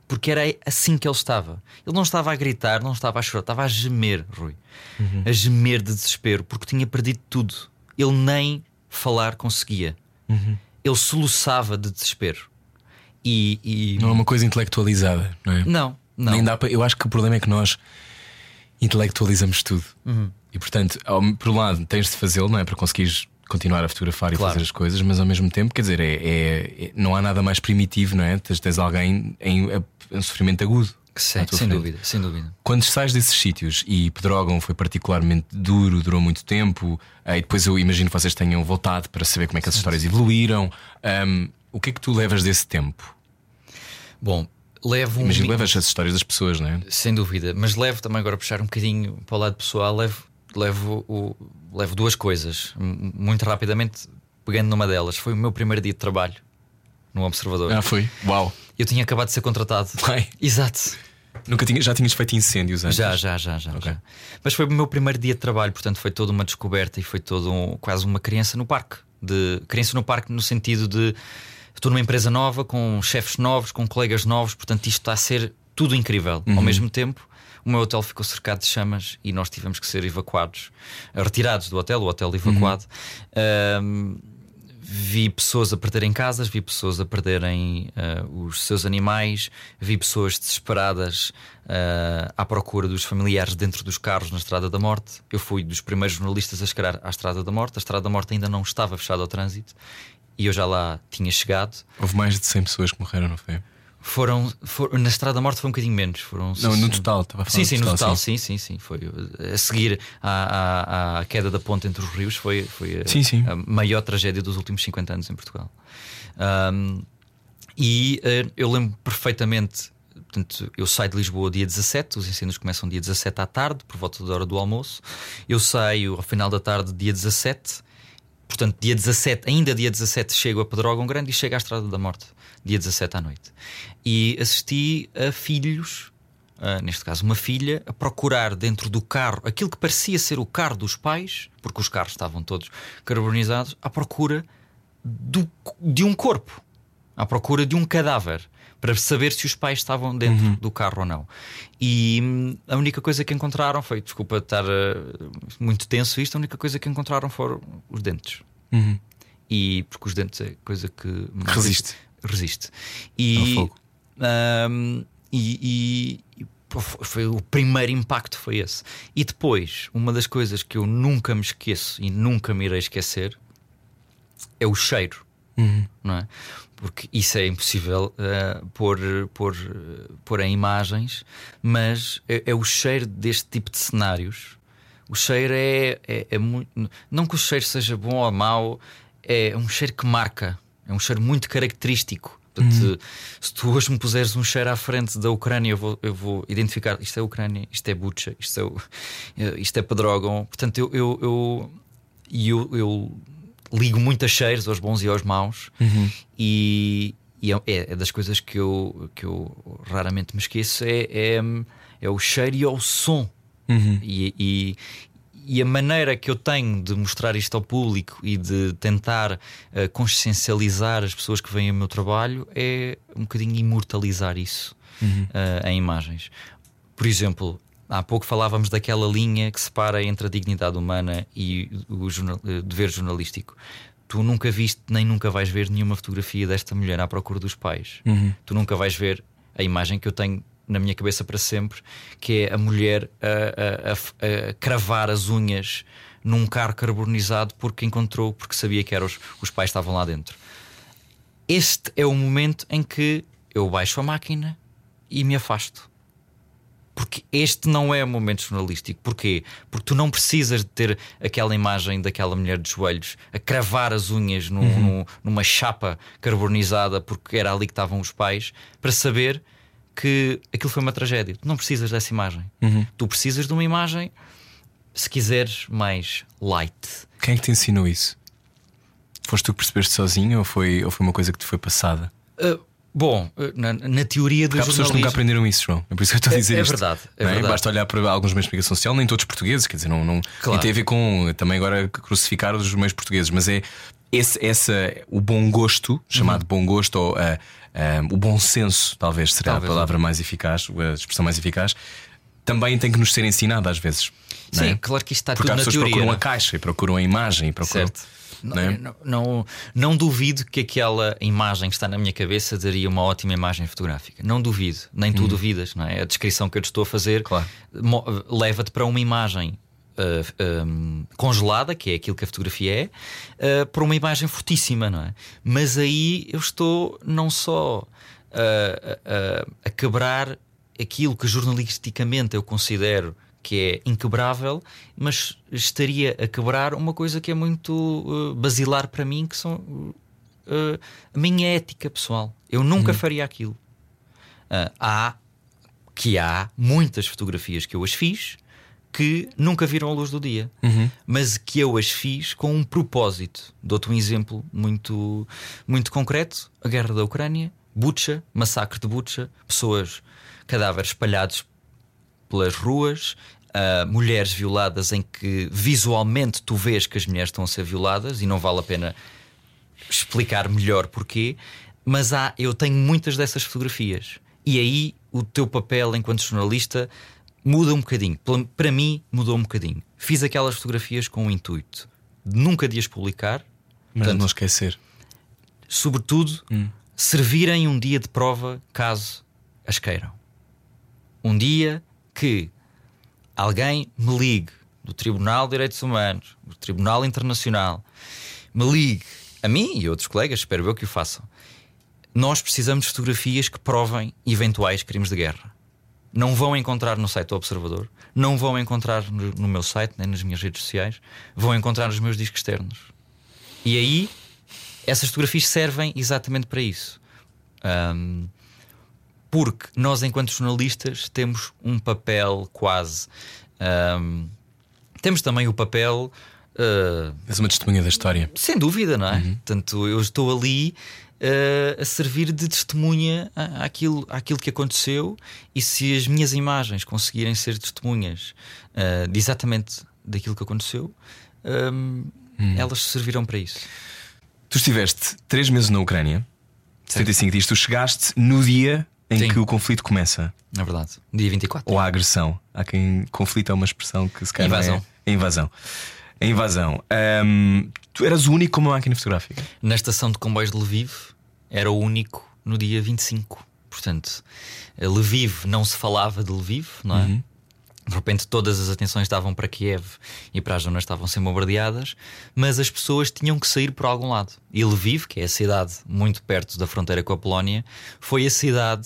Porque era assim que ele estava. Ele não estava a gritar, não estava a chorar, estava a gemer, Rui. Uhum. A gemer de desespero, porque tinha perdido tudo. Ele nem falar conseguia. Uhum. Ele soluçava de desespero. E, e... Não é uma coisa intelectualizada, não é? Não, não. Nem dá para... Eu acho que o problema é que nós intelectualizamos tudo. Uhum. E portanto, ao... por um lado, tens de fazê-lo, não é? Para conseguires continuar a fotografar e claro. fazer as coisas, mas ao mesmo tempo, quer dizer, é, é, é... não há nada mais primitivo, não é? Tens, tens alguém em, em sofrimento agudo. Sim, sem frente. dúvida, sem dúvida. Quando sais desses sítios, e Pedrógão foi particularmente duro, durou muito tempo, e depois eu imagino que vocês tenham voltado para saber como é que as sim, histórias sim. evoluíram. Um, o que é que tu levas desse tempo? Bom, levo um... Imagino que levas as histórias das pessoas, não é? Sem dúvida, mas levo também agora a puxar um bocadinho para o lado pessoal. Levo, levo, o, levo duas coisas, muito rapidamente, pegando numa delas. Foi o meu primeiro dia de trabalho no Observador. Ah, foi? Uau! Eu tinha acabado de ser contratado. Vai. Exato. Nunca tinha, já tinhas feito incêndios antes? Já, já, já, já, okay. já. Mas foi o meu primeiro dia de trabalho, portanto foi toda uma descoberta e foi todo um, quase uma criança no parque. De, criança no parque no sentido de estou numa empresa nova, com chefes novos, com colegas novos, portanto isto está a ser tudo incrível. Uhum. Ao mesmo tempo, o meu hotel ficou cercado de chamas e nós tivemos que ser evacuados, retirados do hotel, o hotel evacuado. Uhum. Um, Vi pessoas a perderem casas, vi pessoas a perderem uh, os seus animais, vi pessoas desesperadas uh, à procura dos familiares dentro dos carros na Estrada da Morte. Eu fui dos primeiros jornalistas a chegar à Estrada da Morte. A Estrada da Morte ainda não estava fechada ao trânsito e eu já lá tinha chegado. Houve mais de cem pessoas que morreram, não foi? Foram, foram na Estrada da Morte foi um bocadinho menos. Foram, não, no total, estava a falar. Sim, sim, no no total, total, sim, sim, sim. Foi a seguir à, à, à queda da ponte entre os rios. Foi, foi a, sim, sim. a maior tragédia dos últimos cinquenta anos em Portugal. Um, e uh, eu lembro perfeitamente. Portanto, eu saio de Lisboa dia dezassete. Os incêndios começam dia dezassete à tarde, por volta da hora do almoço. Eu saio ao final da tarde, dia dezassete. Portanto, dia dezassete, ainda dia dezassete, chego a Pedrógão Grande e chego à Estrada da Morte, dia dezassete à noite. E assisti a filhos, uh, neste caso uma filha, a procurar dentro do carro aquilo que parecia ser o carro dos pais, porque os carros estavam todos carbonizados, à procura do, de um corpo, à procura de um cadáver, para saber se os pais estavam dentro uhum. do carro ou não. E hum, a única coisa que encontraram foi, desculpa estar uh, muito tenso isto, a única coisa que encontraram foram os dentes. Uhum. E porque os dentes é coisa que resiste. Resiste. E, um, e, e, e foi, o primeiro impacto foi esse. E depois, uma das coisas que eu nunca me esqueço e nunca me irei esquecer é o cheiro. Uhum. Não é? Porque isso é impossível uh, pôr, pôr, pôr em imagens, mas é, é o cheiro deste tipo de cenários. O cheiro é, é, é muito. Não que o cheiro seja bom ou mau, é um cheiro que marca, é um cheiro muito característico. Portanto, uhum. se tu hoje me puseres um cheiro à frente da Ucrânia, eu vou, eu vou identificar: isto é Ucrânia, isto é Bucha, isto é, o, isto é Pedrógão. Portanto, eu, eu, eu, eu, eu ligo muito a cheiros, aos bons e aos maus, uhum. e, e é, é das coisas que eu, que eu raramente me esqueço: é, é, é o cheiro e o som. Uhum. E, e, e a maneira que eu tenho de mostrar isto ao público e de tentar uh, consciencializar as pessoas que veem o meu trabalho é um bocadinho imortalizar isso uhum. uh, em imagens. Por exemplo, há pouco falávamos daquela linha que separa entre a dignidade humana e o jornal, uh, dever jornalístico. Tu nunca viste nem nunca vais ver nenhuma fotografia desta mulher à procura dos pais. Uhum. Tu nunca vais ver a imagem que eu tenho na minha cabeça para sempre, que é a mulher a, a, a, a cravar as unhas num carro carbonizado porque encontrou, porque sabia que eram os, os pais estavam lá dentro. Este é o momento em que eu baixo a máquina e me afasto. Porque este não é um momento jornalístico. Porquê? Porque tu não precisas de ter aquela imagem daquela mulher de joelhos a cravar as unhas num, uhum. num, numa chapa carbonizada porque era ali que estavam os pais, para saber que aquilo foi uma tragédia. Tu não precisas dessa imagem. Uhum. Tu precisas de uma imagem, se quiseres, mais light. Quem é que te ensinou isso? Foste tu que percebeste sozinho ou foi, ou foi uma coisa que te foi passada? Uh, bom, na, na teoria do jornalismo. Há pessoas que nunca aprenderam isso, João. É por isso que eu estou a dizer é, isto. É verdade, é não é? verdade. Basta olhar para alguns meios de comunicação social, nem todos portugueses, quer dizer, não, não claro. E tem a ver com também agora crucificar os meios portugueses, mas é esse, essa, o bom gosto, chamado uhum. bom gosto, ou a, um, o bom senso, talvez será Talvez, a palavra mais eficaz, a expressão mais eficaz, também tem que nos ser ensinado às vezes. Não Sim, é? claro que isto está Porque tudo as na pessoas teoria. procuram não a é? caixa e procuram a imagem e procuram. Certo. Não, Não é? não, não, não duvido que aquela imagem que está na minha cabeça daria uma ótima imagem fotográfica. Não duvido, nem tu duvidas, não é? A descrição que eu te estou a fazer Claro. mo- leva-te para uma imagem uh, um, congelada, que é aquilo que a fotografia é, uh, para uma imagem fortíssima, não é? Mas aí eu estou não só uh, uh, a quebrar aquilo que jornalisticamente eu considero que é inquebrável, mas estaria a quebrar uma coisa que é muito uh, basilar para mim, que são uh, uh, a minha ética pessoal. Eu nunca Uhum. faria aquilo. Uh, há que há muitas fotografias que eu as fiz que nunca viram a luz do dia, Uhum. mas que eu as fiz com um propósito. Dou-te um exemplo muito, muito concreto: a guerra da Ucrânia, Bucha, massacre de Bucha, pessoas, cadáveres espalhados pelas ruas, uh, mulheres violadas, em que visualmente tu vês que as mulheres estão a ser violadas e não vale a pena explicar melhor porquê. Mas há, eu tenho muitas dessas fotografias, e aí o teu papel enquanto jornalista muda um bocadinho. Pela- Para mim, mudou um bocadinho. Fiz aquelas fotografias com o intuito de nunca de as publicar, Mas Portanto, não esquecer. sobretudo Hum. servirem um dia de prova caso as queiram. Um dia que alguém me ligue do Tribunal de Direitos Humanos, do Tribunal Internacional, me ligue a mim e outros colegas, espero eu que o façam. Nós precisamos de fotografias que provem eventuais crimes de guerra. Não vão encontrar no site do Observador, não vão encontrar no, no meu site, nem nas minhas redes sociais, vão encontrar nos meus discos externos. E aí, essas fotografias servem exatamente para isso. Ahm, porque nós, enquanto jornalistas, temos um papel quase. ahm, temos também o papel. ah, És uma testemunha da história. sem dúvida, não é? Portanto, eu estou ali uh, a servir de testemunha à- àquilo, àquilo que aconteceu, e se as minhas imagens conseguirem ser testemunhas uh, de exatamente daquilo que aconteceu, um, elas servirão para isso. Tu estiveste três meses na Ucrânia, setenta e cinco dias. Tu chegaste no dia em Sim. que o conflito começa. Na verdade, dia vinte e quatro. Ou a agressão. Há quem conflito é uma expressão que se calhar não Invasão. é. A invasão. A invasão. Ahm, tu eras o único com uma máquina fotográfica. Na estação de comboios de Lviv, era o único no dia vinte e cinco. Portanto, a Lviv, não se falava de Lviv, não é? De repente todas as atenções estavam para Kiev e para as zonas estavam a ser bombardeadas, mas as pessoas tinham que sair por algum lado. E Lviv, que é a cidade muito perto da fronteira com a Polónia, foi a cidade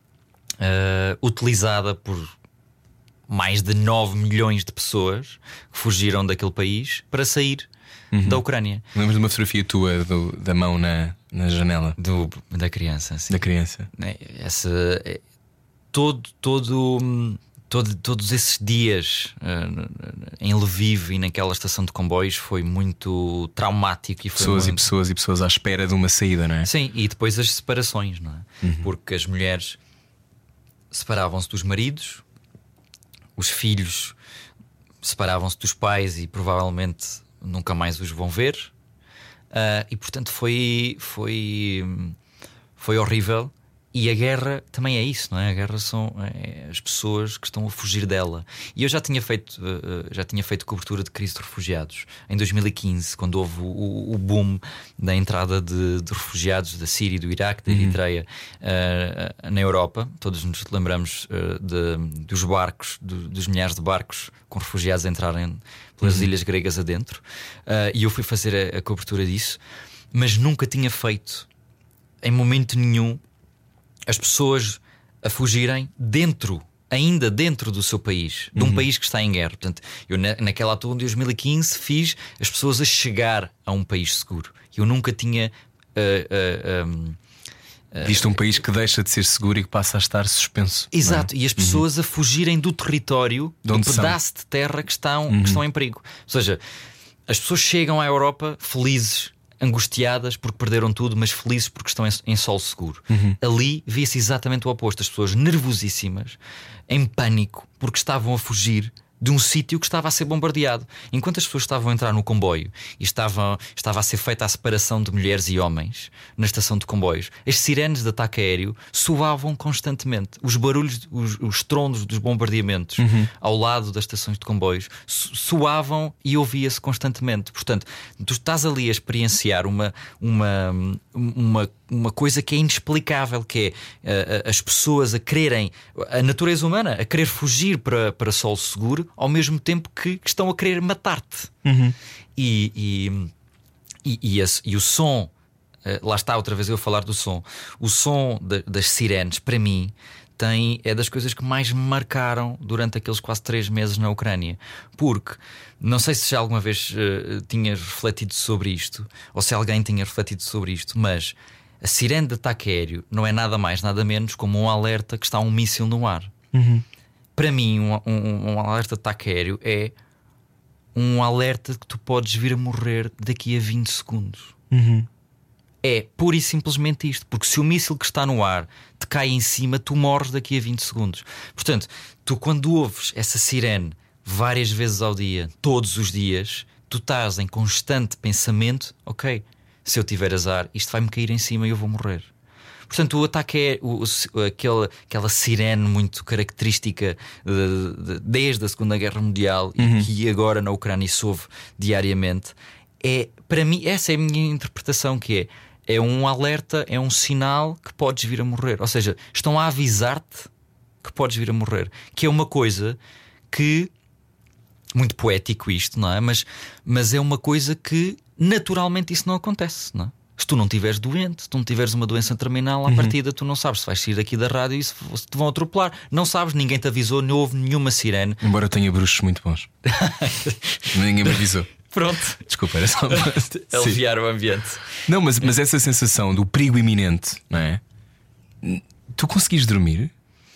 ah, utilizada por mais de nove milhões de pessoas que fugiram daquele país para sair da Ucrânia. Lembras de uma fotografia tua do- da mão na, na janela Do, da criança, assim. da criança? É, essa, é, todo, todo, hum, todo, todos esses dias uh, em Lviv e naquela estação de comboios foi muito traumático e foi Pessoas e muito... pessoas e pessoas à espera de uma saída, não é? Sim, e depois as separações, não é? Porque as mulheres separavam-se dos maridos, os filhos separavam-se dos pais e provavelmente nunca mais os vão ver. Ah, e portanto foi, foi, foi horrível. E a guerra também é isso, não é? A guerra são é, as pessoas que estão a fugir dela. E eu já tinha feito, uh, já tinha feito cobertura de crise de refugiados em dois mil e quinze, quando houve o, o boom da entrada de, de refugiados da Síria, do Iraque, da Eritreia uh, na Europa. Todos nos lembramos uh, de, dos barcos, do, dos milhares de barcos com refugiados a entrarem pelas ilhas gregas adentro. Uh, e eu fui fazer a, a cobertura disso, mas nunca tinha feito em momento nenhum as pessoas a fugirem dentro, ainda dentro do seu país, de um país que está em guerra. Portanto, eu na, naquela altura, em dois mil e quinze, fiz as pessoas a chegar a um país seguro. Eu nunca tinha uh, uh, um, Viste um país que deixa de ser seguro e que passa a estar suspenso. exato, e as pessoas a fugirem do território, De do onde são. pedaço de terra que estão, que estão em perigo. Ou seja, as pessoas chegam à Europa felizes, angustiadas porque perderam tudo, mas felizes porque estão em, em solo seguro. Ali via-se exatamente o oposto: as pessoas nervosíssimas, em pânico, porque estavam a fugir de um sítio que estava a ser bombardeado. Enquanto as pessoas estavam a entrar no comboio e estava, estava a ser feita a separação de mulheres e homens na estação de comboios, as sirenes de ataque aéreo soavam constantemente. Os barulhos, os, os trondos dos bombardeamentos uhum. ao lado das estações de comboios soavam e ouvia-se constantemente. Portanto, tu estás ali a experienciar uma, uma, uma, uma coisa que é inexplicável, que é uh, as pessoas a quererem, a natureza humana a querer fugir para, para solo seguro, ao mesmo tempo que, que estão a querer matar-te. Uhum. E, e, e, e, esse, e o som, uh, lá está outra vez eu a falar do som. O som de, das sirenes, para mim, tem, é das coisas que mais me marcaram durante aqueles quase três meses na Ucrânia. Porque, não sei se já alguma vez uh, tinhas refletido sobre isto, ou se alguém tinha refletido sobre isto, mas a sirene de ataque aéreo não é nada mais, nada menos como um alerta que está um míssil no ar. Uhum. Para mim, um, um, um alerta de ataque aéreo é um alerta que tu podes vir a morrer daqui a vinte segundos. Uhum. É pura e simplesmente isto. Porque se o míssil que está no ar te cai em cima, tu morres daqui a vinte segundos. Portanto, tu quando ouves essa sirene várias vezes ao dia, todos os dias, tu estás em constante pensamento: ok, se eu tiver azar, isto vai-me cair em cima e eu vou morrer. Portanto, o ataque é o, o, aquela, aquela sirene muito característica de, de, desde a Segunda Guerra Mundial uhum. e que agora na Ucrânia se ouve diariamente. É, para mim, essa é a minha interpretação, que é, é um alerta, é um sinal que podes vir a morrer. Ou seja, estão a avisar-te que podes vir a morrer. Que é uma coisa que, muito poético isto, não é? Mas, mas é uma coisa que naturalmente isso não acontece, não é? Se tu não estiveres doente, se tu não tiveres uma doença terminal, à uhum. partida tu não sabes se vais sair daqui da rádio e se te vão atropelar. Não sabes, ninguém te avisou, não houve nenhuma sirene. Embora eu tenha bruxos muito bons. Ninguém me avisou. Pronto. Desculpa, era só aliviar o ambiente. Não, mas, mas essa sensação do perigo iminente, não é? Tu conseguis dormir?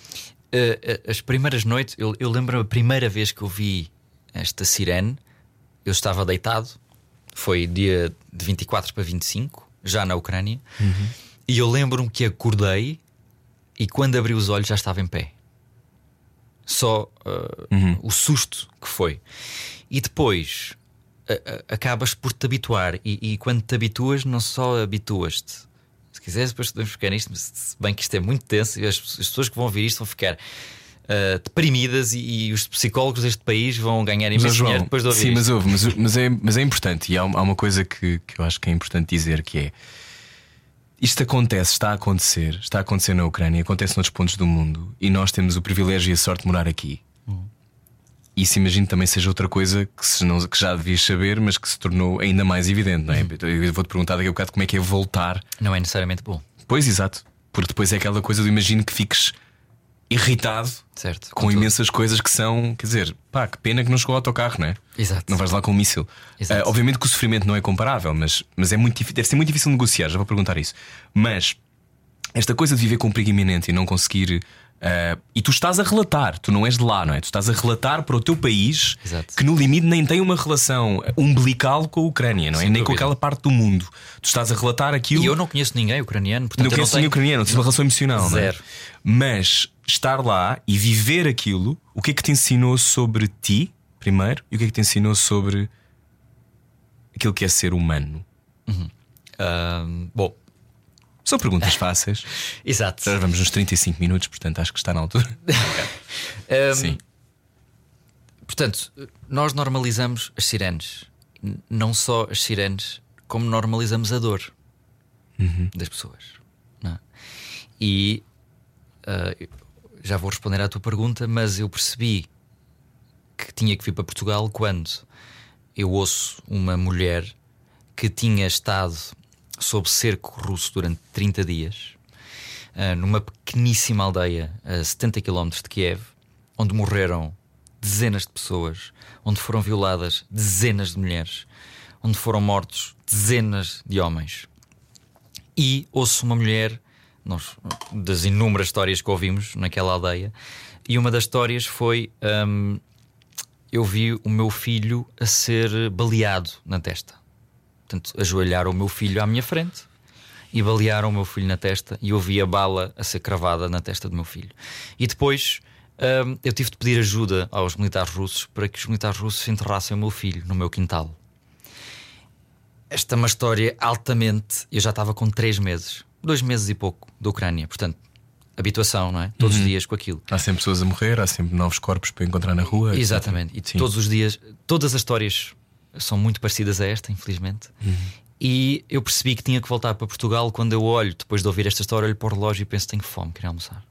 Uh, as primeiras noites, eu, eu lembro a primeira vez que eu vi esta sirene, eu estava deitado, foi dia de vinte e quatro para vinte e cinco, já na Ucrânia, uhum. e eu lembro-me que acordei e quando abri os olhos já estava em pé. Só uh, uhum. o susto que foi. E depois uh, uh, acabas por te habituar, e, e quando te habituas, não só habituas-te. Se quiseres, depois podemos ficar nisto, mas se bem que isto é muito tenso e as, as pessoas que vão ouvir isto vão ficar Uh, deprimidas, e, e os psicólogos deste país vão ganhar imenso João, dinheiro depois de ouvir sim, isto. mas, ouve, mas, mas, é, mas é importante. E há, há uma coisa que, que eu acho que é importante dizer, que é: isto acontece, está a acontecer, está a acontecer na Ucrânia, acontece noutros pontos do mundo, e nós temos o privilégio e a sorte de morar aqui. Uhum. Isso imagino também seja outra coisa que, se não, que já devias saber, mas que se tornou ainda mais evidente, não é? Uhum. Eu vou-te perguntar daqui a bocado como é que é voltar. Não é necessariamente bom. Pois, exato. Porque depois é aquela coisa do imagino que fiques irritado, certo, com, com imensas coisas que são, quer dizer, pá, que pena que não chegou ao autocarro, não é? Exato. Não vais lá com um míssil. Uh, obviamente que o sofrimento não é comparável, mas, mas é muito, deve ser muito difícil negociar, já vou perguntar isso. Mas esta coisa de viver com um perigo iminente e não conseguir. Uh, e tu estás a relatar, tu não és de lá, não é? Tu estás a relatar para o teu país, exato, que no limite nem tem uma relação umbilical com a Ucrânia, não é? Sem nem dúvida. Com aquela parte do mundo. Tu estás a relatar aquilo. E eu não conheço ninguém ucraniano, portanto, não conheço ninguém ucraniano, não tens uma relação emocional, zero. Não é? Mas estar lá e viver aquilo, o que é que te ensinou sobre ti, primeiro, e o que é que te ensinou sobre aquilo que é ser humano? Uhum. Uh, bom, são perguntas fáceis. Exato. Já vamos nos trinta e cinco minutos, portanto acho que está na altura. um, Sim. Portanto, nós normalizamos as sirenes. Não só as sirenes, como normalizamos a dor, uhum, das pessoas, não é? E uh, já vou responder à tua pergunta, mas eu percebi que tinha que vir para Portugal quando eu ouço uma mulher que tinha estado sob cerco russo durante trinta dias, uh, numa pequeníssima aldeia a setenta quilómetros de Kiev, onde morreram dezenas de pessoas, onde foram violadas dezenas de mulheres, onde foram mortos dezenas de homens. E ouço uma mulher, nós, das inúmeras histórias que ouvimos naquela aldeia, e uma das histórias foi: um, eu vi o meu filho a ser baleado na testa. Portanto, ajoelharam o meu filho à minha frente e balearam o meu filho na testa, e eu vi a bala a ser cravada na testa do meu filho. E depois um, eu tive de pedir ajuda aos militares russos para que os militares russos enterrassem o meu filho no meu quintal. Esta é uma história altamente. Eu já estava com três meses, dois meses e pouco da Ucrânia, portanto, habituação, não é? Todos uhum. os dias com aquilo. Há sempre pessoas a morrer, há sempre novos corpos para encontrar na rua. Exatamente, etcétera. E sim. todos os dias, todas as histórias são muito parecidas a esta, infelizmente. Uhum. E eu percebi que tinha que voltar para Portugal. Quando eu olho, depois de ouvir esta história, olho para o relógio e penso: tenho fome, quero almoçar.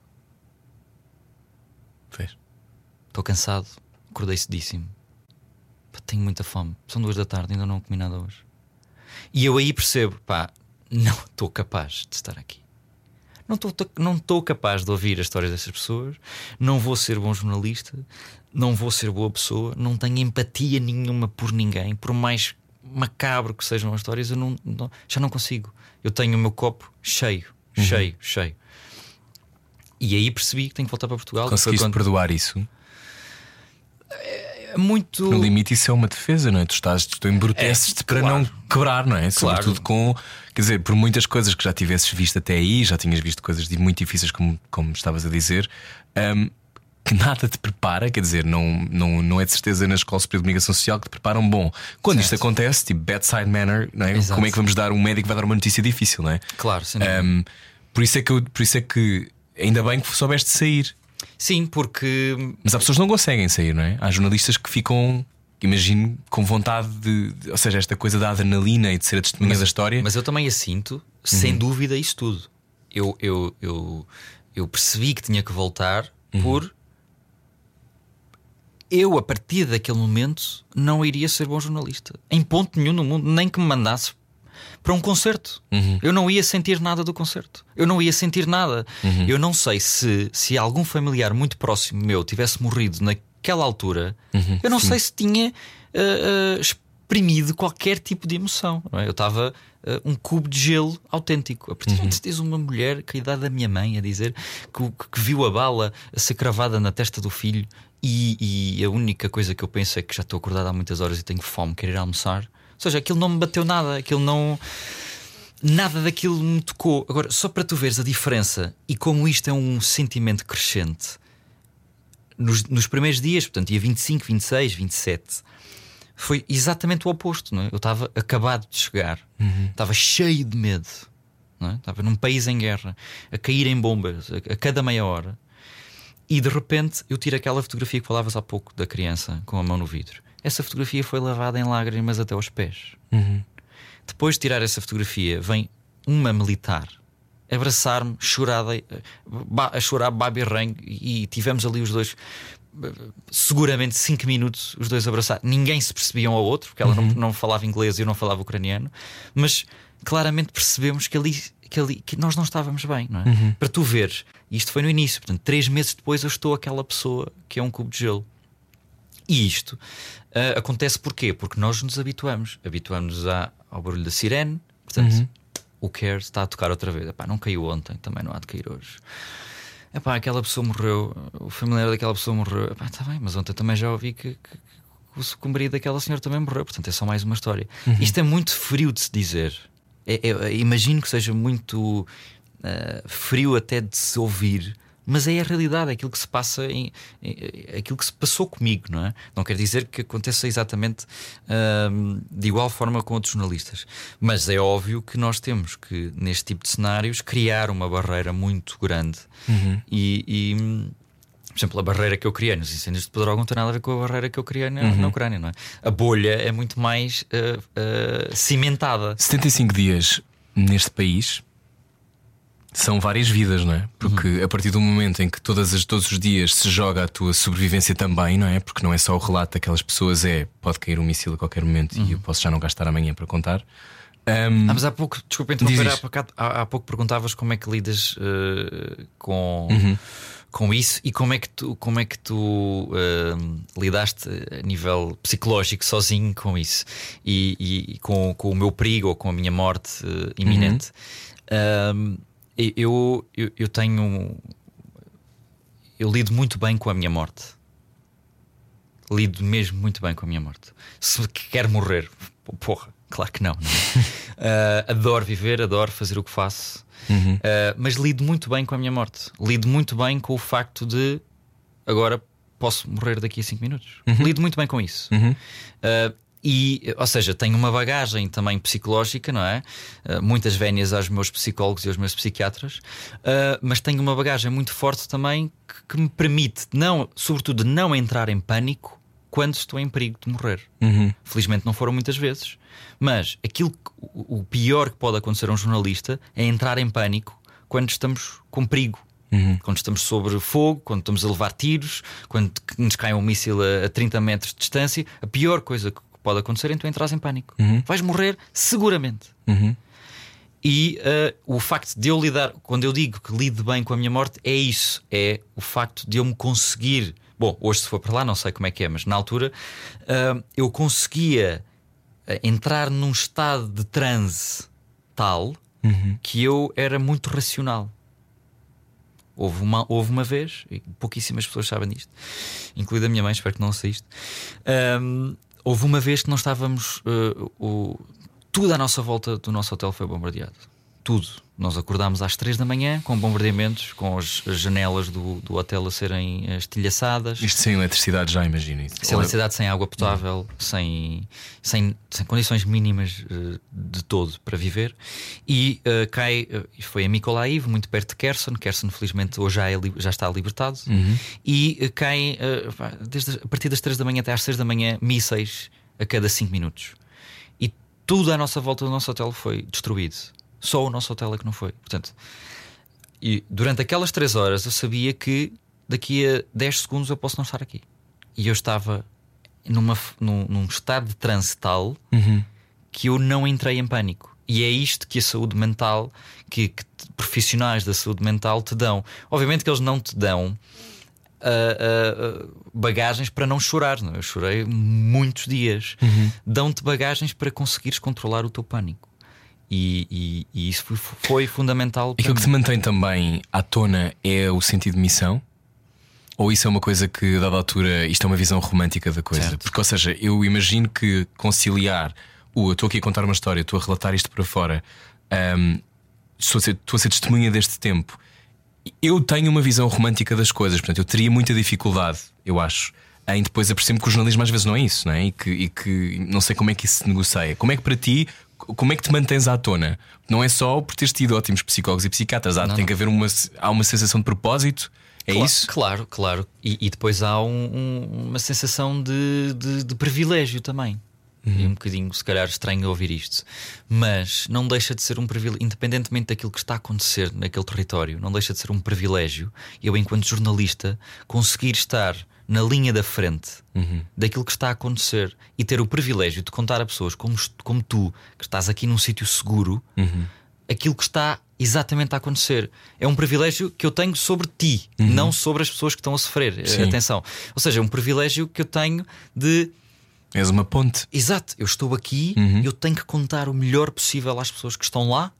Fez. Estou cansado, acordei cedíssimo. Tenho muita fome, são duas da tarde, ainda não comi nada hoje. E eu aí percebo: pá, não estou capaz de estar aqui. Não estou não estou capaz de ouvir as histórias dessas pessoas. Não vou ser bom jornalista. Não vou ser boa pessoa. Não tenho empatia nenhuma por ninguém. Por mais macabro que sejam as histórias, eu não, não, já não consigo. Eu tenho o meu copo cheio, uhum. cheio, cheio. E aí percebi que tenho que voltar para Portugal. Conseguiste quando... perdoar isso? É muito. No limite, isso é uma defesa, não é? Tu estás, tu embruteces-te é, para claro. não quebrar, não é? Claro. Sobretudo com, quer dizer, por muitas coisas que já tivesses visto até aí, já tinhas visto coisas muito difíceis, como, como estavas a dizer, um, que nada te prepara, quer dizer, não, não, não é de certeza na Escola Superior de Comunicação Social que te preparam bom. Quando certo. isto acontece, tipo bedside manner, não é? Exato. Como é que vamos dar um médico que vai dar uma notícia difícil, não é? Claro, sim. Um, por isso é que eu, por isso é que ainda bem que soubeste sair. Sim, porque. Mas há pessoas que não conseguem sair, não é? Há jornalistas que ficam, imagino, com vontade de, de. Ou seja, esta coisa da adrenalina e de ser a testemunha mas, da história. Mas eu também a sinto, uhum. sem dúvida, isso tudo. Eu, eu, eu, eu percebi que tinha que voltar uhum. por. Eu, a partir daquele momento, não iria ser bom jornalista. Em ponto nenhum no mundo, nem que me mandasse para um concerto. Uhum. Eu não ia sentir nada do concerto. Eu não ia sentir nada. Uhum. Eu não sei se, se algum familiar muito próximo meu tivesse morrido naquela altura, uhum. eu não Sim. sei se tinha uh, uh, exprimido qualquer tipo de emoção. Não é? Eu estava uh, um cubo de gelo autêntico. A partir de uhum. tens uma mulher com a idade da minha mãe a dizer que, que viu a bala a ser cravada na testa do filho. E, e a única coisa que eu penso é que já estou acordado há muitas horas e tenho fome, quero ir almoçar. Ou seja, aquilo não me bateu nada, aquilo não. Nada daquilo me tocou. Agora, só para tu veres a diferença e como isto é um sentimento crescente, nos, nos primeiros dias, portanto, dia vinte e cinco, vinte e seis, vinte e sete, foi exatamente o oposto, não é? Eu estava acabado de chegar, uhum. estava cheio de medo, não é? Estava num país em guerra, a cair em bombas a, a cada meia hora. E de repente eu tiro aquela fotografia que falavas há pouco da criança com a mão no vidro. Essa fotografia foi lavada em lágrimas até aos pés. Uhum. Depois de tirar essa fotografia, vem uma militar abraçar-me, chorada, a chorar babirrengue, e tivemos ali os dois, seguramente cinco minutos, os dois abraçados. Ninguém se percebia um ao outro, porque ela uhum. não, não falava inglês e eu não falava ucraniano, mas claramente percebemos que ali, que, ali, que nós não estávamos bem, não é? Uhum. Para tu veres, isto foi no início, portanto, três meses depois eu estou aquela pessoa que é um cubo de gelo. E isto uh, acontece porquê? Porque nós nos habituamos, habituamos a, ao barulho da sirene, portanto, uhum. o care está a tocar outra vez. Epá, não caiu ontem, também não há de cair hoje. Epá, aquela pessoa morreu, o familiar daquela pessoa morreu. Epá, está bem, mas ontem também já ouvi que, que, que o marido daquela senhora também morreu, portanto é só mais uma história. Uhum. Isto é muito frio de se dizer. É, é, imagino que seja muito uh, frio até de se ouvir, mas é a realidade, é aquilo que se passa em, é aquilo que se passou comigo, não é? Não quer dizer que aconteça exatamente uh, de igual forma com outros jornalistas, mas é óbvio que nós temos que, neste tipo de cenários, criar uma barreira muito grande. Uhum. e, e por exemplo, a barreira que eu criei nos incêndios de Pedrógão não tem nada a ver com a barreira que eu criei na, uhum. na Ucrânia, não é? A bolha é muito mais uh, uh, cimentada. setenta e cinco dias neste país são várias vidas, não é? Porque uhum. a partir do momento em que todas as, todos os dias se joga a tua sobrevivência também, não é? Porque não é só o relato daquelas pessoas, é pode cair um míssil a qualquer momento uhum. e eu posso já não gastar amanhã para contar. Um... Ah, mas há pouco, desculpa interromper, há, há, há pouco perguntavas como é que lidas uh, com, uhum. com isso e como é que tu, como é que tu uh, lidaste a nível psicológico sozinho com isso e, e, e com, com o meu perigo ou com a minha morte uh, iminente. Uhum. Uh, Eu, eu, eu tenho. Eu lido muito bem com a minha morte. Lido mesmo muito bem com a minha morte. Se quer morrer, porra, claro que não, não é? uh, adoro viver, adoro fazer o que faço, uhum. uh, mas lido muito bem com a minha morte. Lido muito bem com o facto de agora posso morrer daqui a cinco minutos. Uhum. Lido muito bem com isso. Uhum. Uh, E, ou seja, tenho uma bagagem também psicológica, não é? Uh, muitas vénias aos meus psicólogos e aos meus psiquiatras, uh, mas tenho uma bagagem muito forte também que, que me permite, não, sobretudo, não entrar em pânico quando estou em perigo de morrer. Uhum. Felizmente não foram muitas vezes, mas aquilo que, o, o pior que pode acontecer a um jornalista é entrar em pânico quando estamos com perigo. Uhum. Quando estamos sobre fogo, quando estamos a levar tiros, quando nos cai um míssil a, a trinta metros de distância, a pior coisa que pode acontecer é tu entras em pânico. Uhum. Vais morrer seguramente. Uhum. E uh, o facto de eu lidar, quando eu digo que lido bem com a minha morte, é isso. É o facto de eu me conseguir. Bom, hoje se for para lá não sei como é que é, mas na altura uh, eu conseguia entrar num estado de transe tal uhum. que eu era muito racional. Houve uma, houve uma vez, e pouquíssimas pessoas sabem disto, incluindo a minha mãe, espero que não ouça isto. Um, Houve uma vez que nós estávamos uh, o, tudo à nossa volta do nosso hotel foi bombardeado. Tudo. Nós acordámos às três da manhã com bombardeamentos, com as, as janelas do, do hotel a serem estilhaçadas. Isto sem eletricidade, já imagino isso. Sem eletricidade, sem água potável, sem, sem, sem condições mínimas uh, de todo para viver. E uh, cai, uh, foi a Mykolaiv, muito perto de Kherson. Kherson, felizmente, hoje já, é, já está libertado. Uhum. E uh, cai, uh, desde, a partir das três da manhã até às seis da manhã, mísseis a cada cinco minutos. E tudo à nossa volta do nosso hotel foi destruído. Só o nosso hotel é que não foi. Portanto, e durante aquelas três horas eu sabia que daqui a dez segundos eu posso não estar aqui. E eu estava numa, num, num estado de transe tal uhum. que eu não entrei em pânico. E é isto que a saúde mental, que, que profissionais da saúde mental te dão. Obviamente que eles não te dão uh, uh, bagagens para não chorar. Não? Eu chorei muitos dias. Uhum. Dão-te bagagens para conseguires controlar o teu pânico. E, e, e isso foi, foi fundamental. E aquilo que te mantém também à tona é o sentido de missão? Ou isso é uma coisa que, dada a altura, isto é uma visão romântica da coisa? Certo. Porque, ou seja, eu imagino que conciliar o eu estou aqui a contar uma história, estou a relatar isto para fora, um, estou, a ser, estou a ser testemunha deste tempo. Eu tenho uma visão romântica das coisas, portanto, eu teria muita dificuldade, eu acho, em depois aperceber-me que o jornalismo às vezes não é isso, não é? E que, e que não sei como é que isso se negocia. Como é que para ti, como é que te mantens à tona? Não é só por teres tido ótimos psicólogos e psiquiatras, há, não, tem não. que haver uma, há uma sensação de propósito. É claro, isso? Claro, claro. E, e depois há um, um, uma sensação de, de, de privilégio também. Uhum. E um bocadinho, se calhar, estranho ouvir isto, mas não deixa de ser um privilégio, independentemente daquilo que está a acontecer naquele território, não deixa de ser um privilégio. Eu, enquanto jornalista, conseguir estar na linha da frente uhum. daquilo que está a acontecer e ter o privilégio de contar a pessoas como, como tu, que estás aqui num sítio seguro, uhum. aquilo que está exatamente a acontecer. É um privilégio que eu tenho sobre ti, uhum. não sobre as pessoas que estão a sofrer. Sim. Atenção. Ou seja, é um privilégio que eu tenho de... És uma ponte. Exato, eu estou aqui, uhum. eu tenho que contar o melhor possível às pessoas que estão lá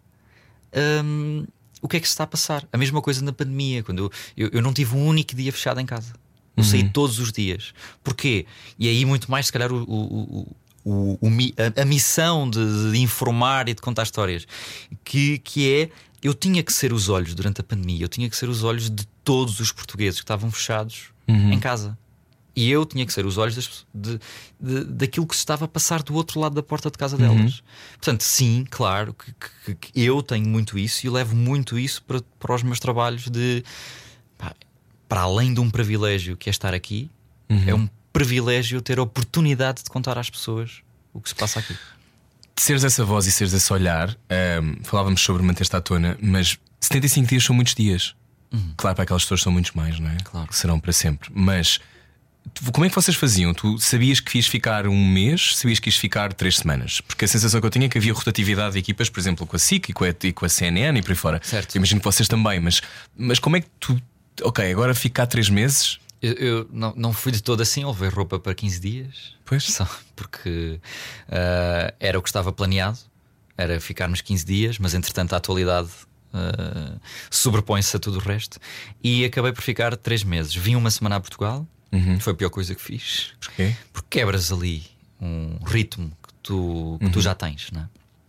um, o que é que se está a passar. A mesma coisa na pandemia, quando eu, eu, eu não tive um único dia fechado em casa. Eu uhum. saí todos os dias. Porquê? E aí muito mais, se calhar, o, o, o, o, a, a missão de, de informar e de contar histórias, que, que é, eu tinha que ser os olhos durante a pandemia, eu tinha que ser os olhos de todos os portugueses que estavam fechados uhum. em casa. E eu tinha que ser os olhos das, de, de, daquilo que se estava a passar do outro lado da porta de casa delas. Uhum. Portanto, sim, claro que, que, que eu tenho muito isso e eu levo muito isso para, para os meus trabalhos de... Pá, para além de um privilégio que é estar aqui, uhum. é um privilégio ter a oportunidade de contar às pessoas o que se passa aqui. De seres essa voz e seres esse olhar, um, falávamos sobre manter-te à tona, mas setenta e cinco dias são muitos dias. Uhum. Claro, para aquelas pessoas são muitos mais, não é? Claro. Que serão para sempre. Mas como é que vocês faziam? Tu sabias que ias ficar um mês, sabias que ias ficar três semanas? Porque a sensação que eu tinha é que havia rotatividade de equipas, por exemplo, com a S I C e com a, e com a C N N e por aí fora. Certo. Eu imagino que vocês também, mas, mas como é que tu... Ok, agora ficar três meses? Eu, eu não, não fui de todo assim, levei roupa para quinze dias. Pois. Só porque uh, era o que estava planeado, era ficarmos quinze dias, mas entretanto a atualidade uh, sobrepõe-se a tudo o resto. E acabei por ficar três meses. Vim uma semana a Portugal, uhum. foi a pior coisa que fiz. Porquê? Porque quebras ali um ritmo que tu, que uhum. tu já tens, não é?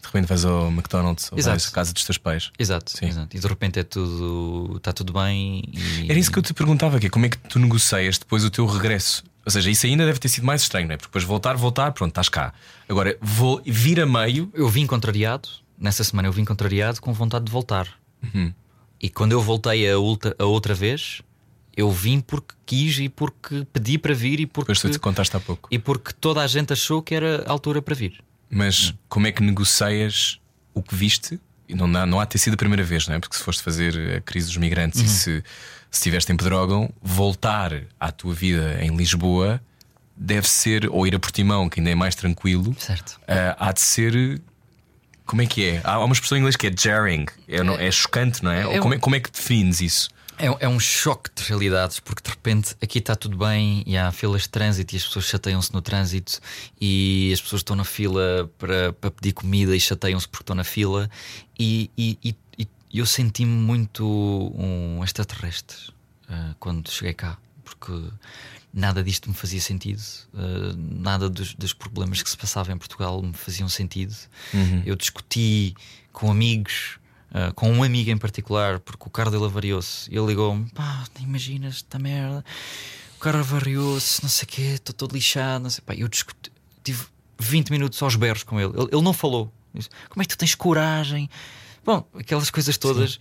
De repente vais ao McDonald's ou Exato. vais à casa dos teus pais. Exato, Sim. exato. E de repente é tudo, está tudo bem. E... Era isso que eu te perguntava, que é como é que tu negocias depois o teu regresso? Ou seja, isso ainda deve ter sido mais estranho, não é? Porque depois voltar, voltar, pronto, estás cá. Agora, vou vir a meio. Eu vim contrariado, nessa semana eu vim contrariado com vontade de voltar. Uhum. E quando eu voltei a, ultra, a outra vez, eu vim porque quis e porque pedi para vir e porque, Depois tu te contaste há pouco. e porque toda a gente achou que era a altura para vir. Mas como é que negocias o que viste? E não, há, não há de ter sido a primeira vez, não é? Porque se foste fazer a crise dos migrantes Uhum. e se, se estiveste em Pedrógão, voltar à tua vida em Lisboa deve ser, ou ir a Portimão, que ainda é mais tranquilo, Certo. ah, há de ser. Como é que é? Há uma expressão em inglês que é jarring, é, não- é chocante, não é? Ou É como, é um- como é que defines isso? É, é um choque de realidades, porque de repente aqui está tudo bem e há filas de trânsito e as pessoas chateiam-se no trânsito e as pessoas estão na fila para, para pedir comida e chateiam-se porque estão na fila. E, e, e, e eu senti-me muito um extraterrestre uh, quando cheguei cá, porque nada disto me fazia sentido, uh, nada dos, dos problemas que se passavam em Portugal me faziam sentido. Uhum. Eu discuti com amigos. Uh, com um amigo em particular, porque o carro dele avariou-se. Ele ligou-me: pá, imaginas esta merda, o carro avariou-se, não sei o quê, estou todo lixado. Não sei. Pá, eu discuti, tive vinte minutos aos berros com ele. Ele, ele não falou. Disse: como é que tu tens coragem? Bom, aquelas coisas todas. Sim.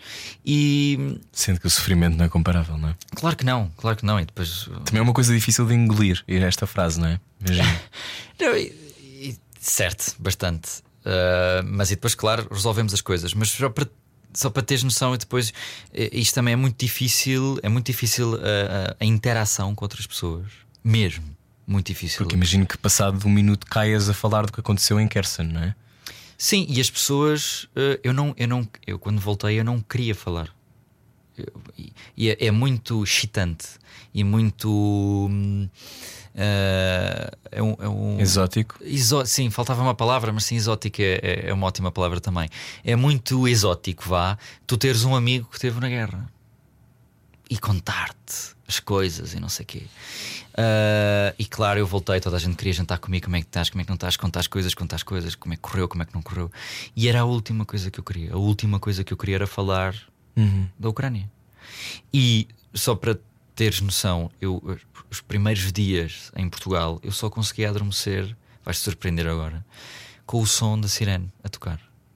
E sendo que o sofrimento não é comparável, não é? Claro que não, claro que não. E depois também é uma coisa difícil de engolir esta frase, não é? não, e, e, certo, bastante. Uh, mas e depois, claro, resolvemos as coisas. Mas só para, só para teres noção, e depois isto também é muito difícil. É muito difícil a, a interação com outras pessoas. Mesmo, muito difícil. Porque imagino que passado um minuto caias a falar do que aconteceu em Kherson, não é? Sim, e as pessoas uh, eu não, eu não, eu quando voltei eu não queria falar. Eu, e é, é muito excitante e muito hum, Uh, é um, é um... exótico. Exó... Sim, faltava uma palavra, mas sim, exótico é, é uma ótima palavra também. É muito exótico, vá, tu teres um amigo que esteve na guerra e contar-te as coisas e não sei o quê. Uh, e claro, eu voltei, toda a gente queria jantar comigo. Como é que estás, como é que não estás, contar as coisas, contar as coisas, como é que correu, como é que não correu. E era a última coisa que eu queria. A última coisa que eu queria era falar uhum. da Ucrânia. E só para teres noção, eu, os primeiros dias em Portugal eu só conseguia adormecer, vais-te surpreender agora, com o som da sirene a tocar.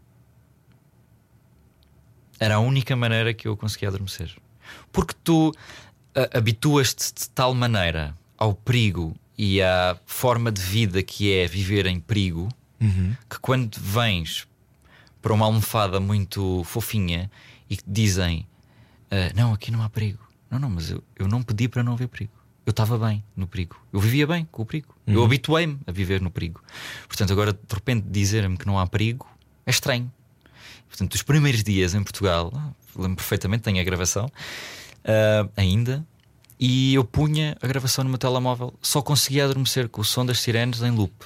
Era a única maneira que eu conseguia adormecer. Porque tu uh, habituas-te de tal maneira ao perigo e à forma de vida que é viver em perigo, uhum. que quando vens para uma almofada muito fofinha e que te dizem uh, não, aqui não há perigo. Não, não, mas eu, eu não pedi para não haver perigo. Eu estava bem no perigo. Eu vivia bem com o perigo. Uhum. Eu habituei-me a viver no perigo. Portanto, agora de repente dizer-me que não há perigo é estranho. Portanto, os primeiros dias em Portugal, lembro perfeitamente, tenho a gravação uh, ainda, e eu punha a gravação no meu telemóvel. Só conseguia adormecer com o som das sirenes em loop.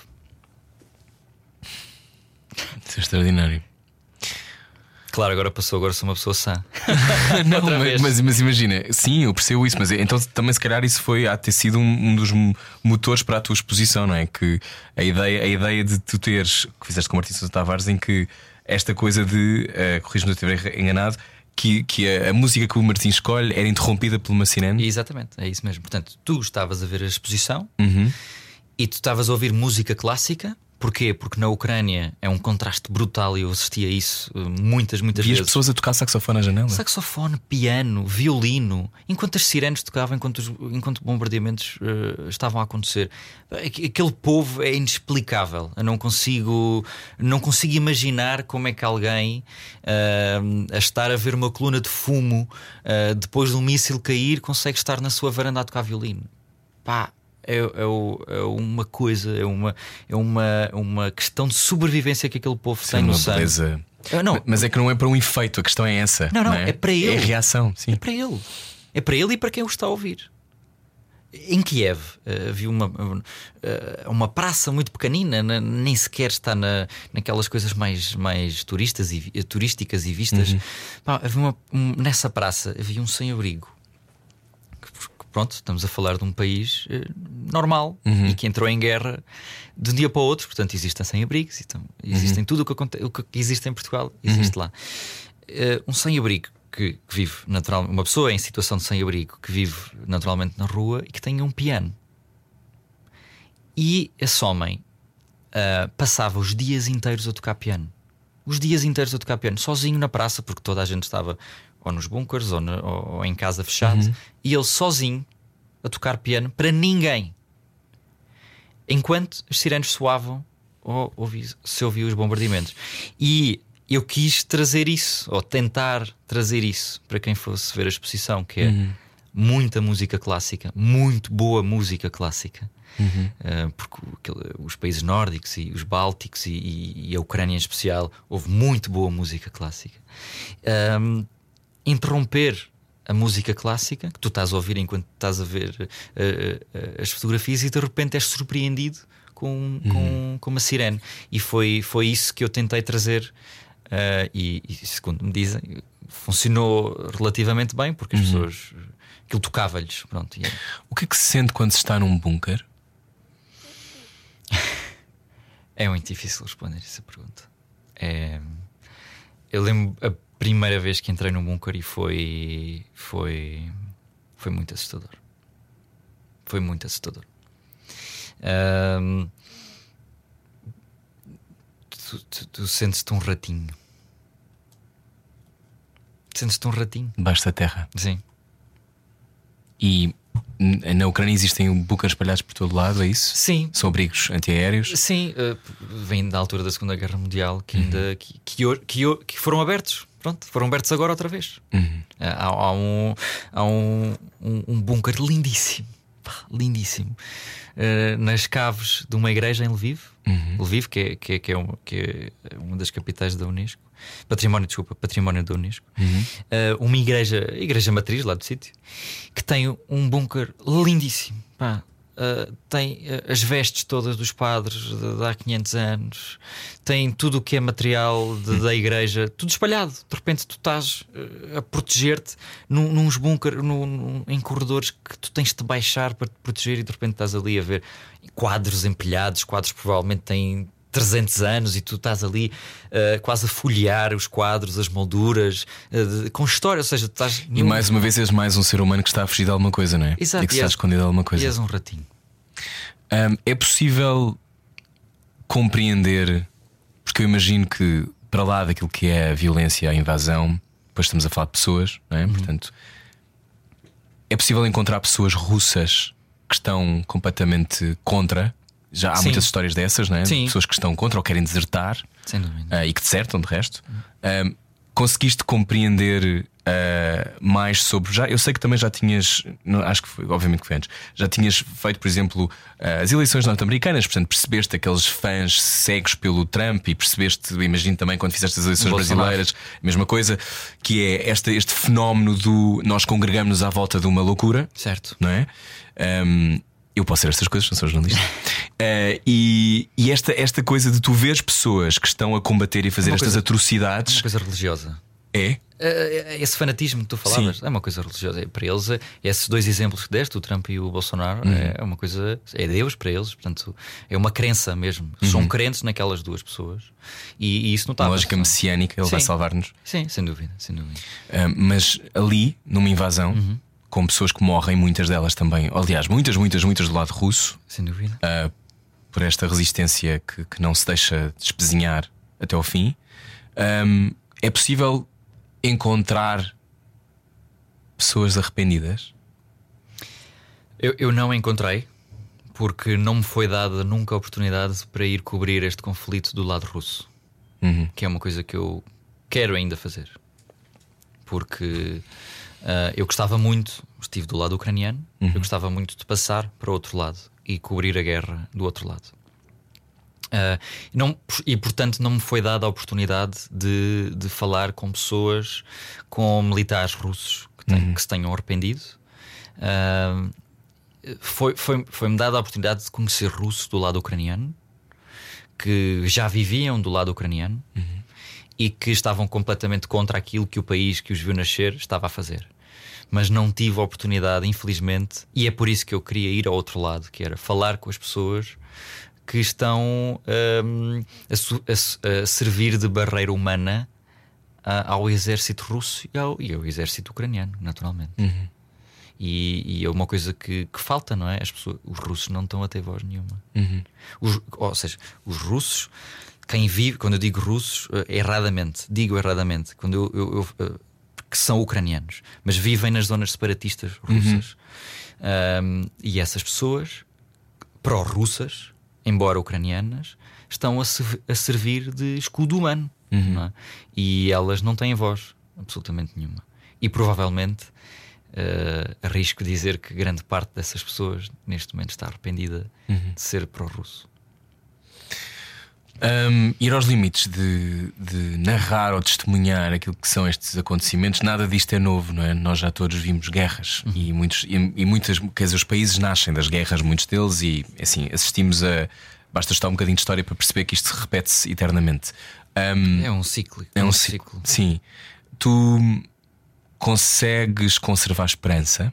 Isso é extraordinário. Claro, agora passou, agora sou uma pessoa sã. Não, mas, mas, mas imagina, sim, eu percebo isso, mas então também se calhar isso foi, há de ter sido um, um dos motores para a tua exposição, não é? Que a ideia, a ideia de tu teres, que fizeste com o Martim Sousa Tavares, em que esta coisa de, uh, corrijo-me se eu estiver enganado, que, que a, a música que o Martim escolhe era interrompida por uma sirene. Exatamente, é isso mesmo. Portanto, tu estavas a ver a exposição uhum. e tu estavas a ouvir música clássica. Porquê? Porque na Ucrânia é um contraste brutal e eu assisti a isso muitas, muitas Vi vezes. as pessoas a tocar saxofone na janela. Saxofone, piano, violino, enquanto as sirenes tocavam, enquanto os enquanto bombardeamentos uh, estavam a acontecer. Aquele povo é inexplicável. Eu não consigo, não consigo imaginar como é que alguém uh, a estar a ver uma coluna de fumo uh, depois de um míssil cair consegue estar na sua varanda a tocar violino. Pá. É, é, é uma coisa, é uma, é uma, uma questão de sobrevivência que aquele povo sim, tem no uma sangue. beleza. Eu, não, mas é que não é para um efeito, a questão é essa. Não, não, não é? é para ele. É a reação, sim. É para ele. É para ele e para quem o está a ouvir. Em Kiev uh, havia uma, uh, uma praça muito pequenina, na, nem sequer está na, naquelas coisas mais, mais turistas e, turísticas e vistas. Uhum. Pá, havia uma, um, nessa praça havia um sem-abrigo que pronto, estamos a falar de um país eh, normal Uhum. e que entrou em guerra de um dia para o outro. Portanto, existem sem-abrigos, então, existem Uhum. tudo o que, aconte- o que existe em Portugal, existe lá. Eh, um sem-abrigo que, que vive naturalmente, uma pessoa em situação de sem-abrigo que vive naturalmente na rua e que tem um piano. E esse homem ah, passava os dias inteiros a tocar piano. Os dias inteiros a tocar piano, sozinho na praça, porque toda a gente estava ou nos bunkers ou, na- ou- ou em casa fechado, Uhum. e ele sozinho a tocar piano para ninguém, enquanto as sirenes soavam ou ouvi, se ouvia os bombardeamentos. E eu quis trazer isso, ou tentar trazer isso para quem fosse ver a exposição, que é Uhum. muita música clássica, muito boa música clássica. Uhum. Uh, porque o- aquele- os países nórdicos e os bálticos e, e- e a Ucrânia em especial, houve muito boa música clássica. Um, interromper a música clássica que tu estás a ouvir enquanto estás a ver uh, uh, as fotografias, e de repente és surpreendido com, com, com uma sirene. E foi, foi isso que eu tentei trazer. Uh, e, e segundo me dizem, funcionou relativamente bem, porque as pessoas, aquilo tocava-lhes. Pronto, e é- O que é que se sente quando se está num bunker? É muito difícil responder essa pergunta. É... Eu lembro a primeira vez que entrei num bunker e foi. Foi. Foi muito assustador. Foi muito assustador. Ahm, Tu, tu, tu sentes-te um ratinho. Sentes-te um ratinho. Debaixo da terra. Sim. E n- na Ucrânia existem bunkers espalhados por todo lado, é isso? Sim. São abrigos antiaéreos. Sim, uh, vem da altura da Segunda Guerra Mundial que ainda que, que, ho- que, ho- que foram abertos. Pronto, foram abertos agora outra vez. Uhum. Uh, há, há um, há um, um, um bunker lindíssimo, pá, lindíssimo, uh, nas caves de uma igreja em Lviv. Uhum. Lviv, que é, que, é, que, é uma, que é uma das capitais da Unesco. Património, desculpa, património da Unesco. Uhum. Uh, uma igreja, igreja matriz lá do sítio, que tem um bunker lindíssimo. Pá. Uh, tem uh, as vestes todas dos padres de, de há quinhentos anos, tem tudo o que é material de, da igreja, tudo espalhado. De repente tu estás uh, a proteger-te num, nos bunker, num, num- em corredores que tu tens de te baixar para te proteger, e de repente estás ali a ver quadros empilhados, quadros que provavelmente têm trezentos anos, e tu estás ali uh, quase a folhear os quadros, as molduras, uh, de- com história, ou seja, tu estás E mais uma vez és mais um ser humano que está a fugir de alguma coisa, não é? Exato, E que e está és- escondido de alguma e coisa. és um ratinho. Hum, é possível compreender, porque eu imagino que para lá daquilo que é a violência, a invasão, depois estamos a falar de pessoas, não é? Portanto, é possível encontrar pessoas russas que estão completamente contra. Já há Sim. muitas histórias dessas, não é? Sim. Pessoas que estão contra ou querem desertar. Sem dúvida. Ah, e que desertam de resto. Ah, conseguiste compreender ah, mais sobre. Já, eu sei que também já tinhas, não, acho que foi, obviamente que foi antes, já tinhas feito, por exemplo, ah, as eleições norte-americanas, portanto percebeste aqueles fãs cegos pelo Trump, e percebeste, imagino também quando fizeste as eleições Bolsonaro. brasileiras, a mesma coisa, que é esta, este fenómeno do nós congregamos-nos à volta de uma loucura, Certo. não é? Um, eu posso ser estas coisas, não sou jornalista. Uh, e e esta, esta coisa de tu veres pessoas que estão a combater e fazer Uma estas coisa- atrocidades Uma coisa religiosa. é. Eh, Esse fanatismo que tu falavas Sim. é uma coisa religiosa. Para eles, eh, esses dois exemplos que deste, o Trump e o Bolsonaro, Uhum. é uma coisa. É Deus para eles, portanto, é uma crença mesmo. São crentes naquelas duas pessoas, e, e isso não está Uma lógica messiânica, ele vai Sim. salvar-nos. Sim, sem dúvida, sem dúvida. Uh, mas ali, numa invasão, Uhum. com pessoas que morrem, muitas delas também, aliás, muitas, muitas, muitas do lado russo, Sem dúvida. uh, por esta resistência que, que não se deixa despezinhar até ao fim, um, é possível encontrar pessoas arrependidas? Eu, eu não encontrei, porque não me foi dada nunca a oportunidade para ir cobrir este conflito do lado russo, Uhum. que é uma coisa que eu quero ainda fazer. Porque ah, eu gostava muito, estive do lado ucraniano, eu gostava muito de passar para o outro lado e cobrir a guerra do outro lado. Ah, não, e portanto não me foi dada a oportunidade de, de falar com pessoas, com militares russos que, têm- que se tenham arrependido. Ah, foi, foi, foi-me dada a oportunidade de conhecer russos do lado ucraniano, que já viviam do lado ucraniano e que estavam completamente contra aquilo que o país que os viu nascer estava a fazer. mas não tive a oportunidade, infelizmente, e é por isso que eu queria ir ao outro lado, que era falar com as pessoas que estão um, a, su- a, a servir de barreira humana a, ao exército russo e ao, e ao exército ucraniano, naturalmente. Uhum. E, e é uma coisa que, que falta, não é? As pessoas, os russos não estão a ter voz nenhuma. Uhum. Os, ou seja, os russos, quem vive, quando eu digo russos, erradamente, digo erradamente, quando eu, eu, eu, eu que são ucranianos, mas vivem nas zonas separatistas russas. Uhum. Um, e essas pessoas pró-russas, embora ucranianas, estão a, se, a servir de escudo humano. Uhum. Não é? E elas não têm voz absolutamente nenhuma. E provavelmente uh, arrisco dizer que grande parte dessas pessoas neste momento está arrependida uhum. de ser pró-russo. Um, ir aos limites de, de narrar ou testemunhar aquilo que são estes acontecimentos, nada disto é novo, não é? Nós já todos vimos guerras uhum. e, muitos, e, e muitas, quer dizer, os países nascem das guerras, muitos deles, e assim, assistimos a. Basta estar um bocadinho de história para perceber que isto se repete-se eternamente. Um, é um ciclo. É um, um ciclo. ciclo. Sim. Tu consegues conservar esperança?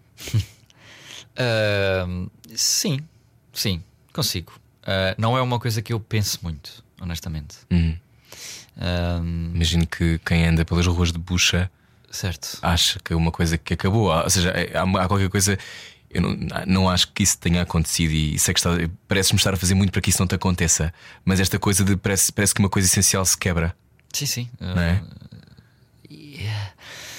uh, sim, sim, consigo. Uh, não é uma coisa que eu penso muito, honestamente. Uhum. Um... Imagino que quem anda pelas ruas de Bucha certo. acha que é uma coisa que acabou. Ou seja, há, há qualquer coisa. Eu não, não acho que isso tenha acontecido. E sei que está, parece-me estar a fazer muito para que isso não te aconteça. Mas esta coisa de parece, parece que uma coisa essencial se quebra. Sim, sim. Não é? Uh, yeah.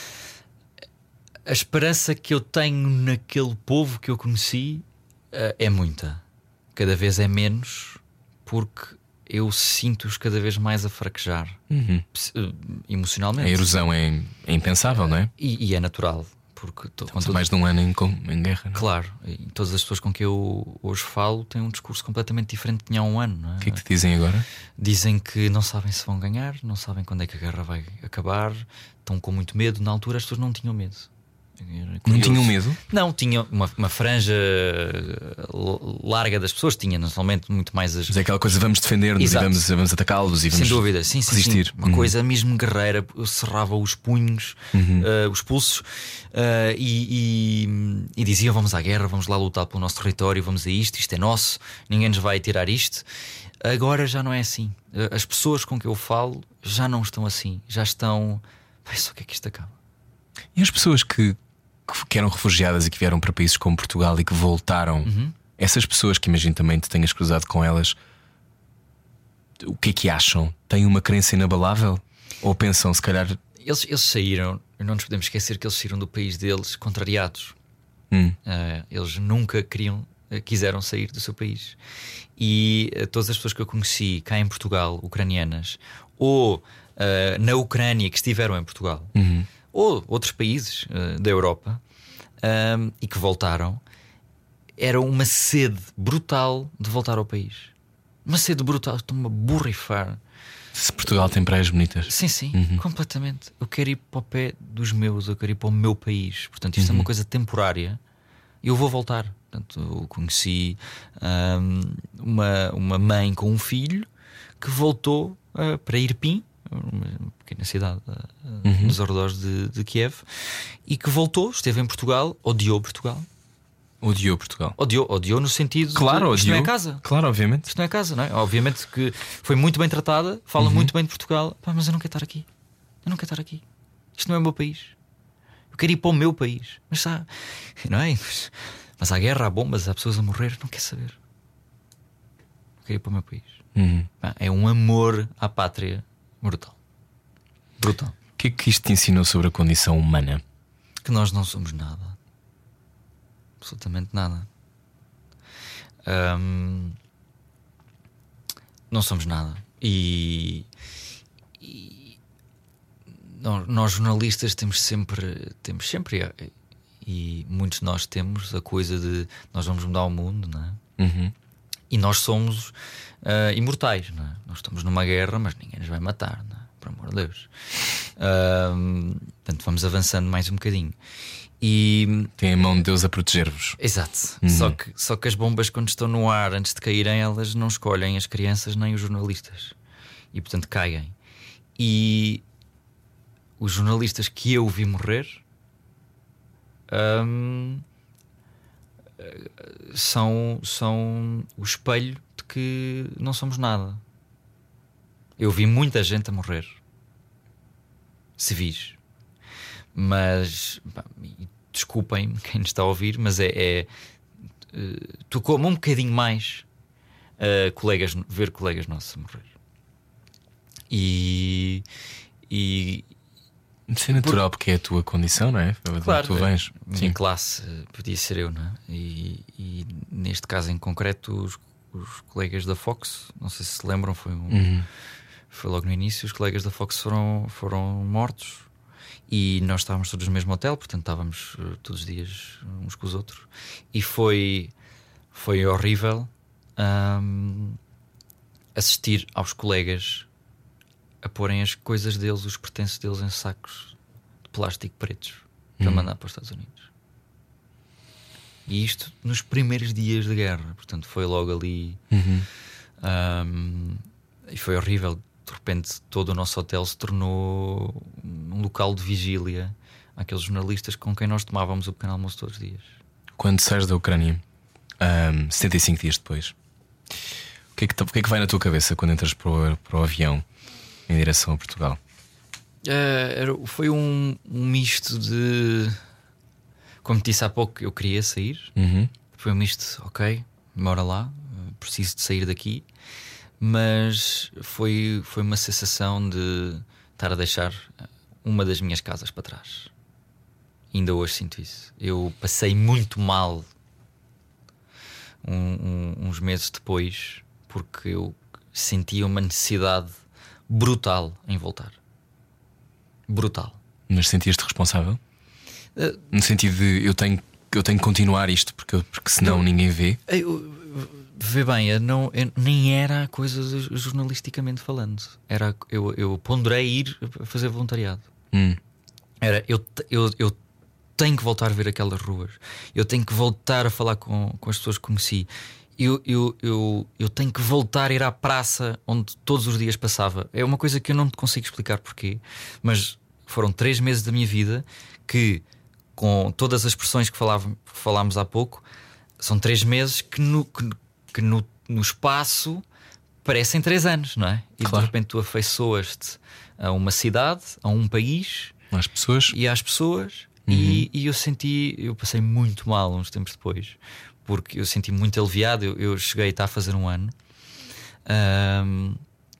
A esperança que eu tenho naquele povo que eu conheci uh, é muita. Cada vez é menos, porque eu sinto-os cada vez mais a fraquejar uhum. emocionalmente. A erosão é, é impensável, não é? E, e é natural, porque to, então, todos... mais de um ano em, em guerra, não é? Claro, e todas as pessoas com quem eu hoje falo têm um discurso completamente diferente que tinha há um ano, não é? O que é que te dizem agora? Dizem que não sabem se vão ganhar, não sabem quando é que a guerra vai acabar, estão com muito medo. Na altura as pessoas não tinham medo. Não tinham medo? Não, tinha uma, uma franja larga das pessoas, tinha naturalmente muito mais as... Mas é aquela coisa, vamos defender-nos e vamos, vamos atacá-los e vamos sem dúvida, sim, sim, resistir. Sim. Uma uhum. coisa mesmo guerreira. Eu cerrava os punhos, uhum. uh, os pulsos, uh, e, e, e dizia: vamos à guerra, vamos lá lutar pelo nosso território, vamos a isto, isto é nosso, ninguém nos vai tirar isto. Agora já não é assim. As pessoas com que eu falo já não estão assim, já estão... Pai, só que é que isto acaba. E as pessoas que que eram refugiadas e que vieram para países como Portugal e que voltaram, uhum. essas pessoas que imagino também te tenhas cruzado com elas, o que é que acham? Têm uma crença inabalável? Ou pensam, se calhar... Eles, eles saíram, não nos podemos esquecer que eles saíram do país deles contrariados. hum. uh, Eles nunca queriam, quiseram sair do seu país. E uh, todas as pessoas que eu conheci cá em Portugal, ucranianas, ou uh, na Ucrânia, que estiveram em Portugal, uhum. ou outros países uh, da Europa, um, e que voltaram, era uma sede brutal de voltar ao país. Uma sede brutal, estou-me a borrifar. Se Portugal tem praias bonitas. Sim, sim, uhum. completamente. Eu quero ir para o pé dos meus, eu quero ir para o meu país. Portanto, isto uhum. é uma coisa temporária e eu vou voltar. Portanto, eu conheci um, uma, uma mãe com um filho que voltou uh, para Irpin, uma pequena cidade uh, uhum. nos arredores de, de Kiev, e que voltou, esteve em Portugal, odiou Portugal. Odiou Portugal. Odiou, odiou no sentido claro, de odiou. Isto não é casa. Claro, obviamente. Isto não é casa, não é? Obviamente que foi muito bem tratada, fala uhum. muito bem de Portugal. Pá, mas eu não quero estar aqui. Eu não quero estar aqui. Isto não é o meu país. Eu quero ir para o meu país. Mas sabe, não é? Mas há guerra, há bombas, há pessoas a morrer. Não quer saber. Eu quero ir para o meu país. Uhum. Pá, é um amor à pátria brutal. Brutal. O que é que isto te ensinou sobre a condição humana? Que nós não somos nada. Absolutamente nada. Um, não somos nada. E, e nós, nós jornalistas temos sempre, temos sempre e, e muitos de nós temos a coisa de nós vamos mudar o mundo, não é? Uhum. E nós somos uh, imortais, não é? Nós estamos numa guerra, mas ninguém nos vai matar, não é? Por amor de Deus. Um, portanto, vamos avançando mais um bocadinho. E... tem a mão de Deus a proteger-vos. Exato. Uhum. Só que, só que as bombas, quando estão no ar, antes de caírem, elas não escolhem as crianças nem os jornalistas. E portanto caem. E os jornalistas que eu vi morrer hum, são, são o espelho de que não somos nada. Eu vi muita gente a morrer, civis, mas pá, desculpem quem nos está a ouvir, mas é, é uh, tocou-me um bocadinho mais uh, colegas, ver colegas nossos a morrer. E, e isso é natural, por... porque é a tua condição, não é? Claro, tu vens. Minha Sim. classe podia ser eu, não é? E, e neste caso em concreto, os, os colegas da Fox, não sei se se lembram, foi, um, uhum. foi logo no início. Os colegas da Fox foram, foram mortos e nós estávamos todos no mesmo hotel, portanto estávamos uh, todos os dias uns com os outros. E foi, foi horrível um, assistir aos colegas a porem as coisas deles, os pertences deles, em sacos de plástico pretos para uhum. mandar para os Estados Unidos. E isto nos primeiros dias da guerra, portanto foi logo ali. Uhum. Um, e foi horrível. De repente todo o nosso hotel se tornou um local de vigília àqueles jornalistas com quem nós tomávamos o pequeno almoço todos os dias. Quando sais da Ucrânia, um, setenta e cinco dias depois, o que é que, o que é que vai na tua cabeça quando entras para o, para o avião em direção a Portugal? Uh, era, foi um, um misto de, como te disse há pouco, eu queria sair. Uhum. Foi um misto, ok, mora lá, preciso de sair daqui. Mas foi, foi uma sensação de estar a deixar uma das minhas casas para trás. Ainda hoje sinto isso. Eu passei muito mal um, um, uns meses depois, porque eu sentia uma necessidade brutal em voltar. Brutal. Mas sentias-te responsável? Uh, no sentido de eu tenho, eu tenho que continuar isto, porque, porque senão não, ninguém vê. Eu, vê bem, eu não, eu nem era coisa de, jornalisticamente falando. Era, eu, eu ponderei ir fazer voluntariado. Hum. Era, eu, eu, eu tenho que voltar a ver aquelas ruas. Eu tenho que voltar a falar com, com as pessoas que conheci. Eu, eu, eu, eu tenho que voltar a ir à praça onde todos os dias passava. É uma coisa que eu não te consigo explicar porquê, mas foram três meses da minha vida que, com todas as expressões que, falava, que falámos há pouco, são três meses que no, que, que no, no espaço parecem três anos, não é? E claro. De repente tu afeiçoas-te a uma cidade, a um país, às pessoas e às pessoas. Uhum. E, e eu senti, eu passei muito mal uns tempos depois, porque eu senti muito aliviado. Eu, eu cheguei a estar a fazer um ano um,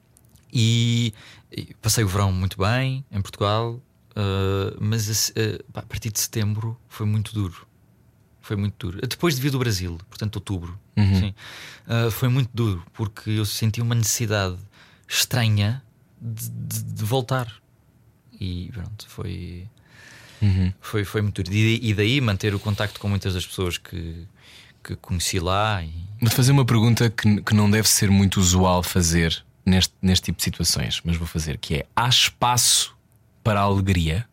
e, e passei o verão muito bem em Portugal, uh, mas uh, a partir de setembro foi muito duro. Foi muito duro. Depois de vir do Brasil, portanto, outubro, uhum. sim, uh, foi muito duro, porque eu senti uma necessidade estranha de, de, de voltar. E pronto, foi, uhum. foi, foi muito duro. E, e daí manter o contacto com muitas das pessoas que, que conheci lá. E... Vou-te fazer uma pergunta que, que não deve ser muito usual fazer neste, neste tipo de situações, mas vou fazer, que é: há espaço para a alegria?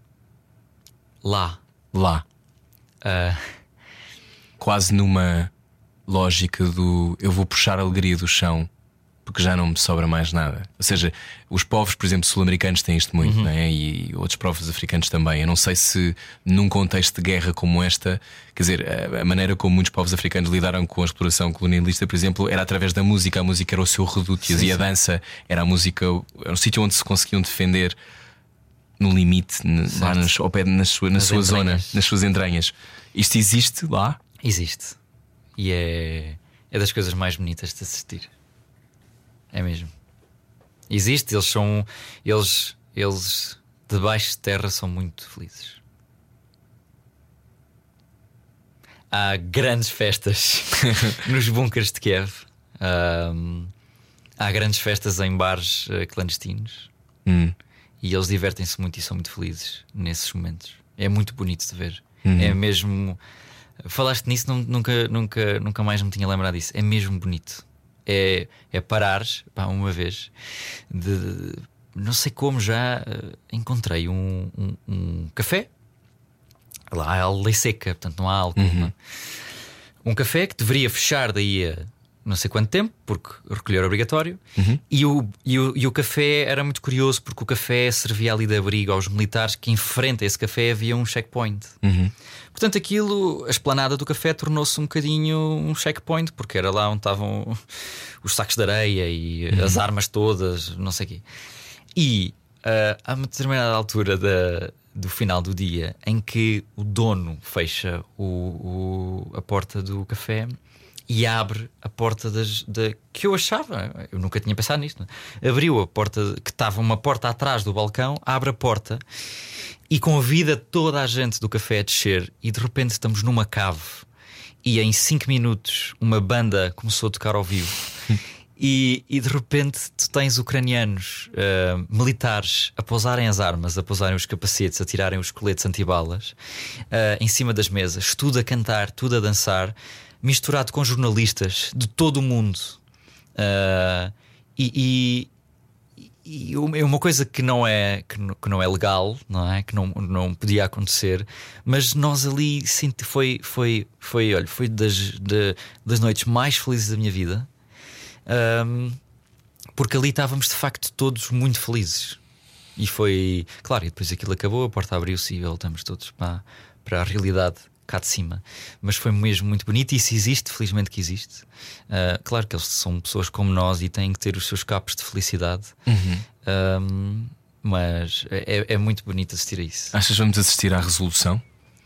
Lá. Lá. Uh... Quase numa lógica do eu vou puxar a alegria do chão porque já não me sobra mais nada. Ou seja, os povos, por exemplo, sul-americanos têm isto muito, uhum. não é? E outros povos africanos também. Eu não sei se num contexto de guerra como esta, quer dizer, a maneira como muitos povos africanos lidaram com a exploração colonialista, por exemplo, era através da música. A música era o seu reduto, sim, e sim. a dança era a música, era um sítio onde se conseguiam defender no limite, lá nas, ao pé, nas sua, na sua zona, nas suas entranhas. Isto existe lá? Existe. E é, é das coisas mais bonitas de assistir. É mesmo. Existe, eles são. Eles, eles debaixo de terra são muito felizes. Há grandes festas nos bunkers de Kiev. Um, há grandes festas em bares uh, clandestinos. Hum. E eles divertem-se muito e são muito felizes nesses momentos. É muito bonito de ver. Uhum. É mesmo. Falaste nisso, não, nunca, nunca, nunca mais me tinha lembrado disso. É mesmo bonito. É, é parares, pá, uma vez de, de, não sei como já uh, encontrei um, um, um café. Lá há lei seca, portanto não há álcool. Uhum. Não? Um café que deveria fechar daí a não sei quanto tempo, porque recolher obrigatório. Uhum. E, o, e, o, e o café era muito curioso, porque o café servia ali de abrigo aos militares, que em frente a esse café havia um checkpoint. Uhum. Portanto, aquilo, a esplanada do café tornou-se um bocadinho um checkpoint, porque era lá onde estavam os sacos de areia e uhum. as armas todas, não sei o quê. E uh, há uma determinada altura da, do final do dia em que o dono fecha o, o, a porta do café e abre a porta das, da, que eu achava, eu nunca tinha pensado nisto, não? Abriu a porta, que estava uma porta atrás do balcão, abre a porta e convida toda a gente do café a descer. E de repente estamos numa cave e em cinco minutos uma banda começou a tocar ao vivo. E, e de repente tu tens ucranianos uh, militares a pousarem as armas, a pousarem os capacetes, a tirarem os coletes antibalas uh, em cima das mesas, tudo a cantar, tudo a dançar, misturado com jornalistas de todo o mundo. uh, E, e, e uma coisa que não é, que não, que não é legal, não é? Que não, não podia acontecer. Mas nós ali senti, foi, foi, foi, olha, foi das, de, das noites mais felizes da minha vida. Um, porque ali estávamos de facto todos muito felizes. E foi, claro, e depois aquilo acabou, a porta abriu-se e voltamos todos para, para a realidade cá de cima. Mas foi mesmo muito bonito. E isso existe, felizmente que existe. uh, Claro que eles são pessoas como nós e têm que ter os seus capos de felicidade. Uhum. um, Mas é, é muito bonito assistir a isso. Achas que vamos assistir à resolução?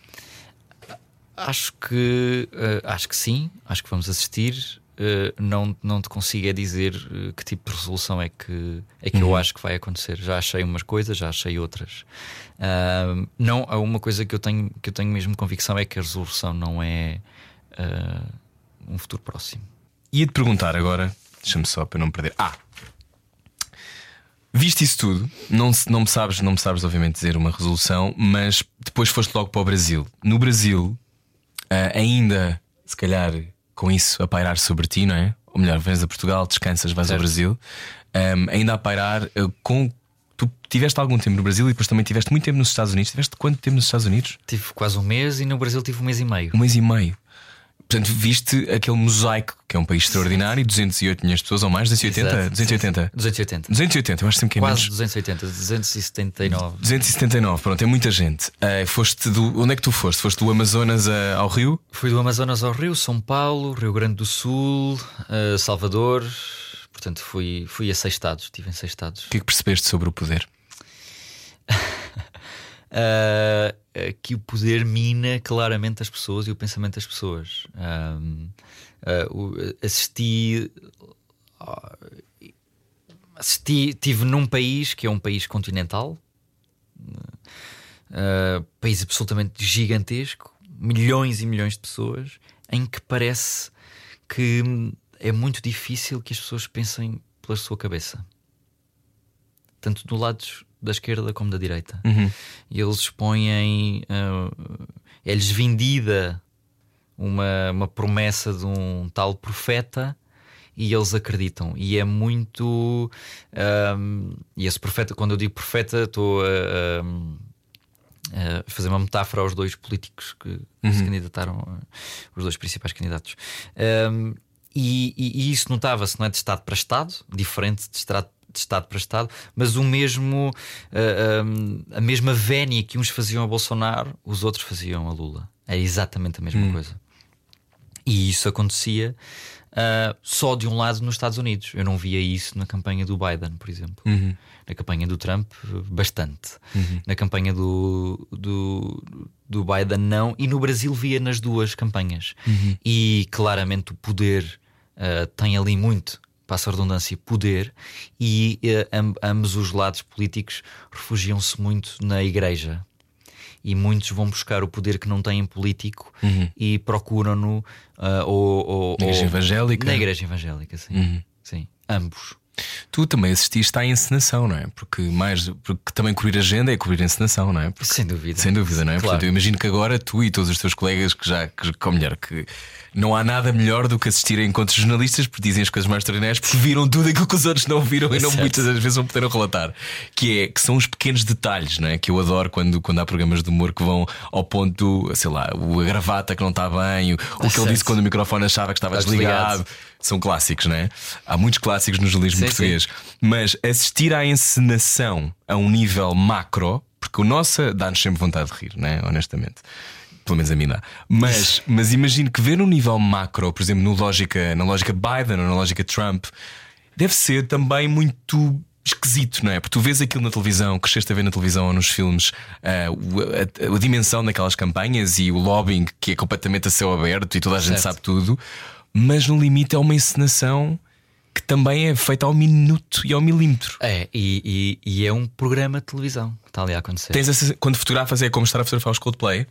Acho que, uh, acho que sim, acho que vamos assistir. Uh, não, não te consigo é dizer uh, que tipo de resolução é que, é que uhum. eu acho que vai acontecer. Já achei umas coisas, já achei outras. Uh, não, há uma coisa que eu tenho, que eu tenho mesmo convicção é que a resolução não é uh, um futuro próximo. Ia-te perguntar agora, deixa-me só para não me perder. Ah! Viste isso tudo, não, não, me sabes, não me sabes obviamente dizer uma resolução, mas depois foste logo para o Brasil. No Brasil, uh, ainda, se calhar, com isso a pairar sobre ti, não é? Ou melhor, vens a Portugal, descansas, vais certo. Ao Brasil, um, ainda a pairar uh, com. Tu tiveste algum tempo no Brasil e depois também tiveste muito tempo nos Estados Unidos. Tiveste quanto tempo nos Estados Unidos? Tive quase um mês e no Brasil tive um mês e meio. Um mês e meio. Portanto, viste aquele mosaico, que é um país extraordinário, duzentos e oito milhões de pessoas ou mais, duzentos e oitenta? Exato. duzentos e oitenta? duzentos e oitenta. duzentos e oitenta, eu acho sempre que é quase menos. duzentos e oitenta, duzentos e setenta e nove. duzentos e setenta e nove, pronto, é muita gente. Uh, foste do, onde é que tu foste? Foste do Amazonas a, ao Rio? Fui do Amazonas ao Rio, São Paulo, Rio Grande do Sul, uh, Salvador. Portanto, fui, fui a seis estados, estive em seis estados. O que é que percebeste sobre o poder? Uh, que o poder mina claramente as pessoas e o pensamento das pessoas. Um, uh, assisti, uh, assisti, tive num país que é um país continental, uh, país absolutamente gigantesco, milhões e milhões de pessoas, em que parece que é muito difícil que as pessoas pensem pela sua cabeça, tanto do lado da esquerda como da direita. Uhum. E eles expõem, uh, é-lhes vendida uma, uma promessa de um tal profeta e eles acreditam. E é muito um, e esse profeta, quando eu digo profeta, estou a, a, a fazer uma metáfora aos dois políticos que uhum. se candidataram, os dois principais candidatos. um, e, e, e isso notava-se, não é, de Estado para Estado, diferente de Estado de Estado para Estado, mas o mesmo, uh, um, a mesma vénia que uns faziam a Bolsonaro, os outros faziam a Lula. É exatamente a mesma hum. coisa. E isso acontecia uh, só de um lado nos Estados Unidos. Eu não via isso na campanha do Biden, por exemplo. Uhum. Na campanha do Trump, bastante. Uhum. Na campanha do, do, do Biden, não. E no Brasil via nas duas campanhas. Uhum. E claramente o poder uh, tem ali muito, passa a redundância, poder, e uh, amb- ambos os lados políticos refugiam-se muito na igreja. E muitos vão buscar o poder que não têm político uhum. e procuram-no uh, ou, ou, na igreja ou, evangélica. Na igreja evangélica, sim. Uhum. Sim, ambos. Tu também assististe à encenação, não é? Porque, mais, porque também cobrir agenda é cobrir a encenação, não é? Porque, sem dúvida. Sem dúvida, não é? Claro. Portanto, eu imagino que agora tu e todos os teus colegas que já, que, ou melhor, que não há nada melhor do que assistir a encontros jornalistas, porque dizem as coisas mais extraordinárias, porque viram tudo aquilo que os outros não viram e não, muitas das vezes não puderam relatar. Que é que são os pequenos detalhes, não é? Que eu adoro quando, quando há programas de humor que vão ao ponto do, sei lá, a gravata que não está bem, o, o que ele disse quando o microfone achava que estava desligado. desligado. são clássicos, não é? Há muitos clássicos no jornalismo Sim, português. sim. Mas assistir à encenação a um nível macro, porque o nosso dá-nos sempre vontade de rir, não é? Honestamente. Pelo menos a mim dá. Mas, mas imagino que ver um nível macro, por exemplo, no lógica, na lógica Biden ou na lógica Trump, deve ser também muito esquisito, não é? Porque tu vês aquilo na televisão, cresceste a ver na televisão ou nos filmes, uh, a, a, a dimensão daquelas campanhas e o lobbying que é completamente a céu aberto e toda a gente Certo. sabe tudo, mas no limite é uma encenação que também é feita ao minuto e ao milímetro. É, e, e, e é um programa de televisão que está ali a acontecer. Tens essa, quando fotografas é como estar a fotografar os Coldplay.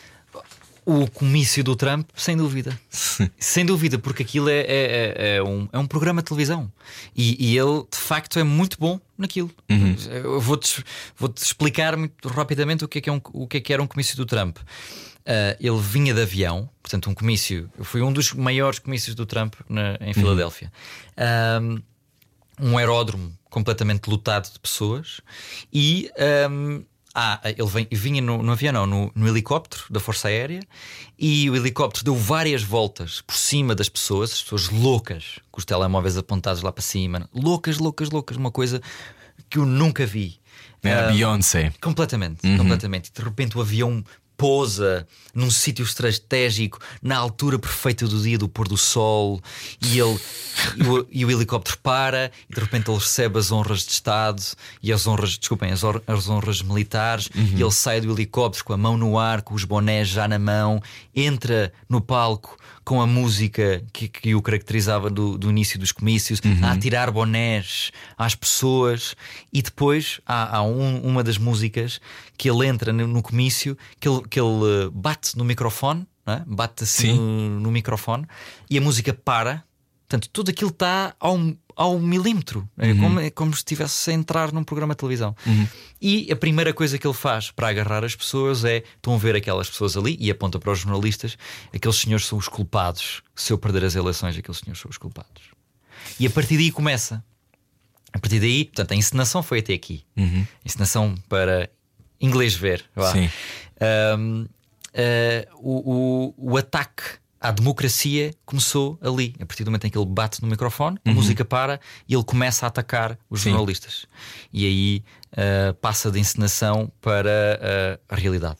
O comício do Trump, sem dúvida. Sem dúvida, porque aquilo é, é, é, um, é um programa de televisão. E, e ele, de facto, é muito bom naquilo. Uhum. Eu vou-te vou-te explicar muito rapidamente o que é que, é um, o que, é que era um comício do Trump. Uh, ele vinha de avião, portanto, um comício. Foi um dos maiores comícios do Trump na, em Filadélfia. Um, um aeródromo completamente lotado de pessoas. E. Um, Ah, ele vem, vinha no, no avião, não, no, no helicóptero da Força Aérea, e o helicóptero deu várias voltas por cima das pessoas, as pessoas loucas, com os telemóveis apontados lá para cima, loucas, loucas, loucas, uma coisa que eu nunca vi. É a Ah, Beyoncé. Completamente, Uhum. completamente. E de repente o avião pousa num sítio estratégico, na altura perfeita do dia do pôr do sol, e ele e o, e o helicóptero para, e de repente ele recebe as honras de Estado e as honras, desculpem, as, hor- as honras militares, e ele sai do helicóptero com a mão no ar, com os bonés já na mão, entra no palco com a música que, que o caracterizava do, do início dos comícios, a atirar bonés às pessoas, e depois há, há um- uma das músicas que ele entra no, no comício, que ele, que ele eh, bate no microfone, não é? Bate assim Sim. no, no microfone, e a música para. Portanto, tudo aquilo está ao, ao milímetro. É como, é como se estivesse a entrar num programa de televisão. E a primeira coisa que ele faz para agarrar as pessoas é: estão a ver aquelas pessoas ali, e aponta para os jornalistas, aqueles senhores são os culpados. Se eu perder as eleições, aqueles senhores são os culpados. E a partir daí começa. A partir daí, portanto, a encenação foi até aqui. Uhum. A encenação para inglês ver. Vá. Sim. Um, uh, o, o, o ataque à democracia começou ali. A partir do momento em que ele bate no microfone, a música para e ele começa a atacar os Sim. jornalistas. E aí uh, passa da encenação para uh, a realidade.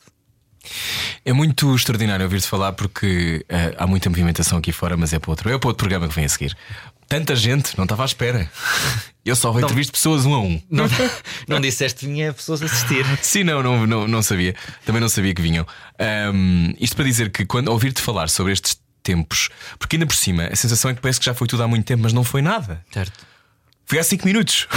É muito extraordinário ouvir-te falar, porque eh, há muita movimentação aqui fora, mas é para outro, é para outro programa que vem a seguir. Tanta gente, não estava à espera. Eu só entrevisto pessoas um a um. Não, não disseste que vinha pessoas a assistir. Sim, não, não, não, não sabia. Também não sabia que vinham. Ahm, isto para dizer que quando ouvir-te falar sobre estes tempos, porque ainda por cima a sensação é que parece que já foi tudo há muito tempo, mas não foi nada. Certo. Foi há cinco minutos.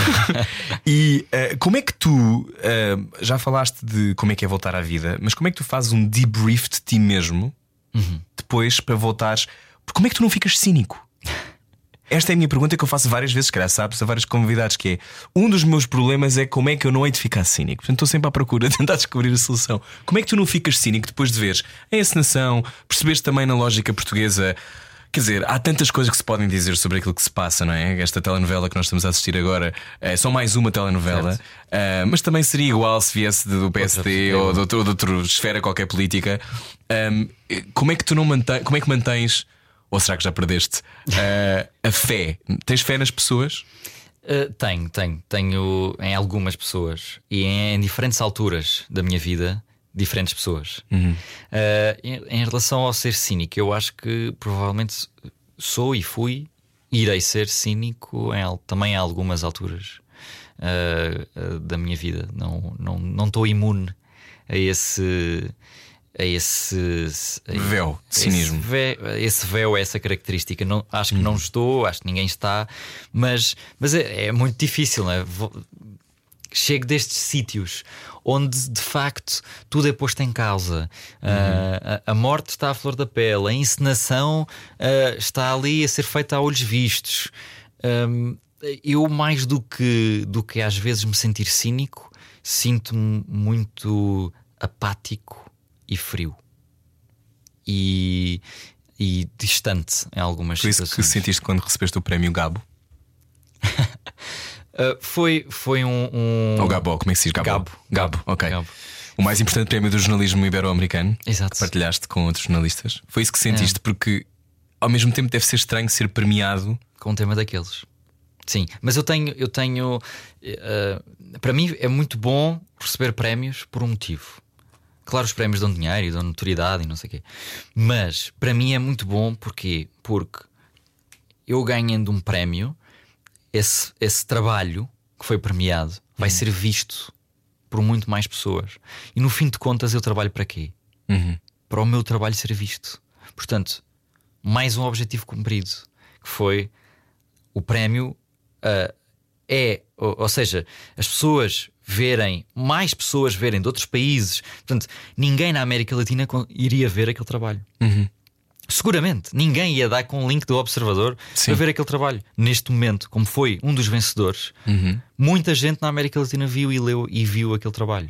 E uh, como é que tu uh, já falaste de como é que é voltar à vida, mas como é que tu fazes um debrief de ti mesmo depois para voltares? Porque como é que tu não ficas cínico? Esta é a minha pergunta que eu faço várias vezes, se calhar sabes, a vários convidados, que é: um dos meus problemas é como é que eu não hei de ficar cínico. Portanto, estou sempre à procura de tentar descobrir a solução. Como é que tu não ficas cínico depois de veres a encenação, perceberes também na lógica portuguesa? Quer dizer, há tantas coisas que se podem dizer sobre aquilo que se passa, não é? Esta telenovela que nós estamos a assistir agora é só mais uma telenovela, uh, mas também seria igual se viesse do P S D ou de outra, de outra esfera qualquer política. Um, como é que tu não mantens, como é que mantens, ou será que já perdeste uh, a fé? Tens fé nas pessoas? Uh, tenho, tenho, tenho em algumas pessoas e em, em diferentes alturas da minha vida. Diferentes pessoas. Uhum. Uh, em, em relação ao ser cínico, eu acho que provavelmente sou e fui, irei ser cínico em, também em algumas alturas uh, uh, da minha vida. Não, não, não estou imune a esse. A esse a véu de cinismo. Esse véu, esse véu, essa característica. Não, acho que Uhum. não estou, acho que ninguém está, mas, mas é, é muito difícil, não é? Vou, chego destes sítios onde de facto tudo é posto em causa. Uhum. Uh, a, a morte está à flor da pele, a encenação uh, está ali a ser feita a olhos vistos. Um, eu, mais do que, do que às vezes me sentir cínico, sinto-me muito apático e frio e, e distante em algumas Por isso situações. que sentiste quando recebeste o prémio Gabo? Uh, foi, foi um, um... Ou Gabo, como é que se diz? Gabo? Gabo. Gabo, ok. Gabo. O mais importante prémio do jornalismo ibero-americano. Exato. Que partilhaste com outros jornalistas. Foi isso que sentiste, É. porque ao mesmo tempo deve ser estranho ser premiado com um tema daqueles. Sim, mas eu tenho, eu tenho uh, para mim é muito bom receber prémios por um motivo. Claro, os prémios dão dinheiro e dão notoriedade e não sei o quê, mas para mim é muito bom porque, porque eu ganhando um prémio, esse, esse trabalho que foi premiado vai uhum. ser visto por muito mais pessoas. E no fim de contas eu trabalho para quê? Uhum. Para o meu trabalho ser visto. Portanto, mais um objetivo cumprido, que foi o prémio uh, é, ou, ou seja, as pessoas verem, mais pessoas verem de outros países. Portanto, ninguém na América Latina iria ver aquele trabalho. Uhum. Seguramente, ninguém ia dar com um link do Observador Sim. para ver aquele trabalho. Neste momento, como foi um dos vencedores, uhum. muita gente na América Latina viu e leu e viu aquele trabalho.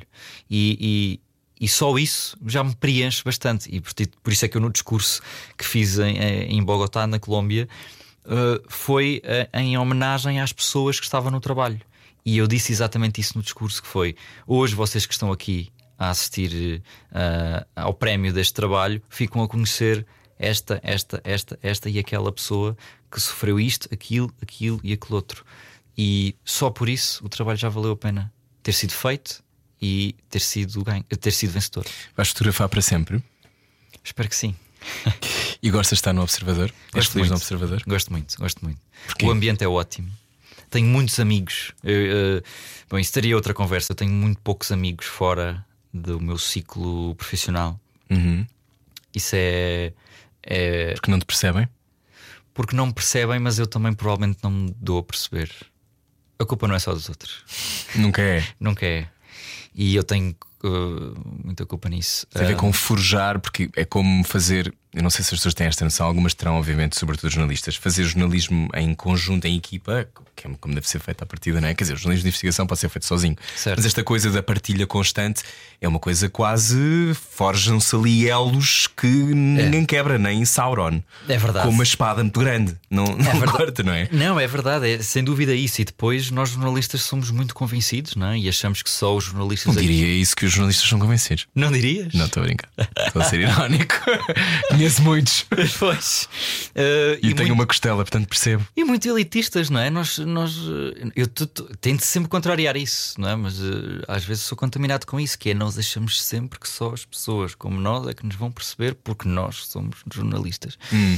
E, e, e só isso já me preenche bastante. E por, por isso é que eu no discurso que fiz em, em Bogotá, na Colômbia, uh, foi uh, em homenagem às pessoas que estavam no trabalho. E eu disse exatamente isso no discurso, que foi: hoje vocês que estão aqui a assistir uh, ao prémio deste trabalho ficam a conhecer esta, esta, esta, esta e aquela pessoa que sofreu isto, aquilo, aquilo e aquele outro. E só por isso o trabalho já valeu a pena ter sido feito e ter sido, ganho, ter sido vencedor. Vais fotografar para sempre? Espero que sim. E gostas de estar no Observador? És feliz no Observador? Gosto muito, gosto muito. Porquê? O ambiente é ótimo. Tenho muitos amigos. Eu, uh, bom, isso teria outra conversa. Eu tenho muito poucos amigos fora do meu ciclo profissional. Uhum. Isso é, é. Porque não te percebem? Porque não me percebem, mas eu também provavelmente não me dou a perceber. A culpa não é só dos outros. Nunca é. Nunca é. E eu tenho uh, muita culpa nisso. Tem a ver uh, com forjar, porque é como fazer. Eu não sei se as pessoas têm esta noção, algumas terão, obviamente, sobretudo os jornalistas. Fazer jornalismo em conjunto, em equipa, que é como deve ser feito à partida, não é? Quer dizer, o jornalismo de investigação pode ser feito sozinho. Certo. Mas esta coisa da partilha constante é uma coisa quase. Forjam-se ali elos que ninguém é. quebra, nem Sauron. É verdade. Com uma espada muito grande. Não, não é corta, não é? Não, é verdade, é sem dúvida isso. E depois nós jornalistas somos muito convencidos, não é? E achamos que só os jornalistas. Não diria isso que os jornalistas são convencidos. Não dirias? Não, estou a brincar. Estou a ser irónico. Conheço muitos. Pois. Uh, e, e tenho muito... uma costela, portanto percebo. E muito elitistas, não é? Nós, nós, eu tento sempre contrariar isso, não é? Mas uh, às vezes sou contaminado com isso, que é nós achamos sempre que só as pessoas como nós é que nos vão perceber, porque nós somos jornalistas. Hum.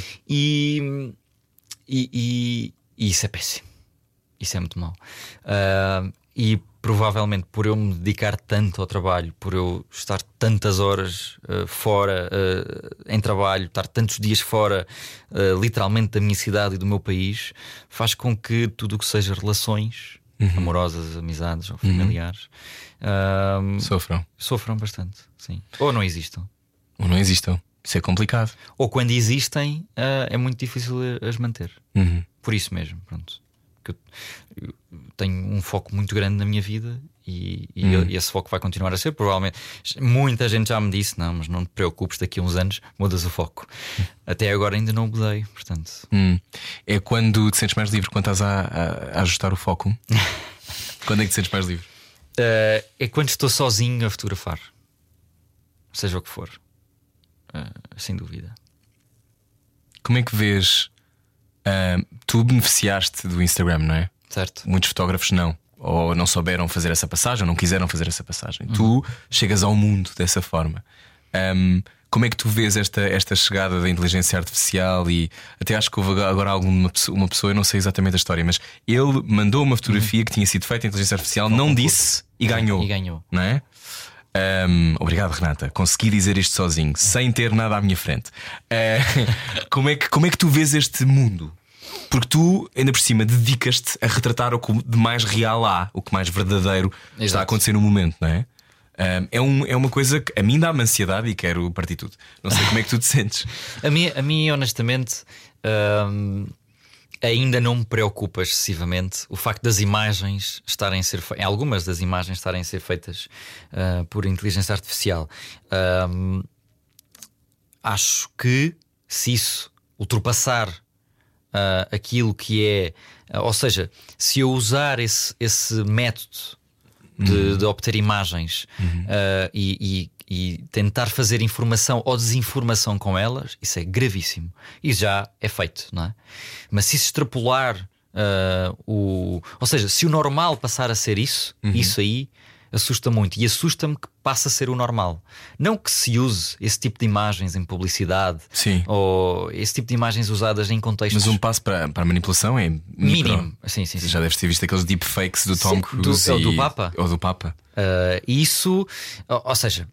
E, e, e, e isso é péssimo. Isso é muito mau. Uh, e provavelmente por eu me dedicar tanto ao trabalho, por eu estar tantas horas uh, fora uh, em trabalho, estar tantos dias fora uh, literalmente da minha cidade e do meu país, faz com que tudo o que seja relações uhum. amorosas, amizades ou familiares uhum. uh, sofram. Sofram bastante, sim. Ou não existam. Ou não existam. Isso é complicado. Ou quando existem uh, é muito difícil as manter. Uhum. Por isso mesmo, pronto. Eu, eu tenho um foco muito grande na minha vida e, e, hum. e esse foco vai continuar a ser. Provavelmente muita gente já me disse: não, mas não te preocupes, daqui a uns anos mudas o foco. Hum. Até agora ainda não mudei, portanto. Hum. É quando te sentes mais livre, quando estás a, a, a ajustar o foco? Quando é que te sentes mais livre? Uh, é quando estou sozinho a fotografar, seja o que for, uh, sem dúvida. Como é que vês? Uh, tu beneficiaste do Instagram, não é? Certo. Muitos fotógrafos não. Ou não souberam fazer essa passagem, ou não quiseram fazer essa passagem. Uhum. Tu chegas ao mundo dessa forma. um, Como é que tu vês esta, esta chegada da inteligência artificial? E até acho que houve agora alguma pessoa, uma pessoa, eu não sei exatamente a história, mas ele mandou uma fotografia uhum. que tinha sido feita em inteligência artificial, não, não disse e ganhou. E ganhou. Não é? Um, obrigado, Renata. Consegui dizer isto sozinho, sem ter nada à minha frente. uh, como, é que, como é que tu vês este mundo? Porque tu, ainda por cima, dedicas-te a retratar o que de mais real há, o que mais verdadeiro Exato. Está a acontecer no momento, não é? Um, é, um, é uma coisa que a mim dá-me ansiedade e quero partir tudo. Não sei como é que tu te sentes. A mim, a mim honestamente, um, ainda não me preocupa excessivamente o facto das imagens estarem a ser feitas, algumas das imagens estarem a ser feitas uh, por inteligência artificial. Um, acho que se isso ultrapassar uh, aquilo que é, uh, ou seja, se eu usar esse, esse método de, uhum. de obter imagens uhum. uh, e, e tentar fazer informação ou desinformação com elas, isso é gravíssimo. E já é feito, não é? Mas se isso extrapolar uh, o... Ou seja, se o normal passar a ser isso, uhum. isso aí assusta muito. E assusta-me que passe a ser o normal. Não que se use esse tipo de imagens em publicidade. Sim. Ou esse tipo de imagens usadas em contextos. Mas um passo para, para a manipulação é micro. Mínimo. Sim, sim, sim. Já deves ter visto aqueles deepfakes do Tom Cruise. Do, e... do Papa. Ou do Papa. Uh, isso, ou, ou seja,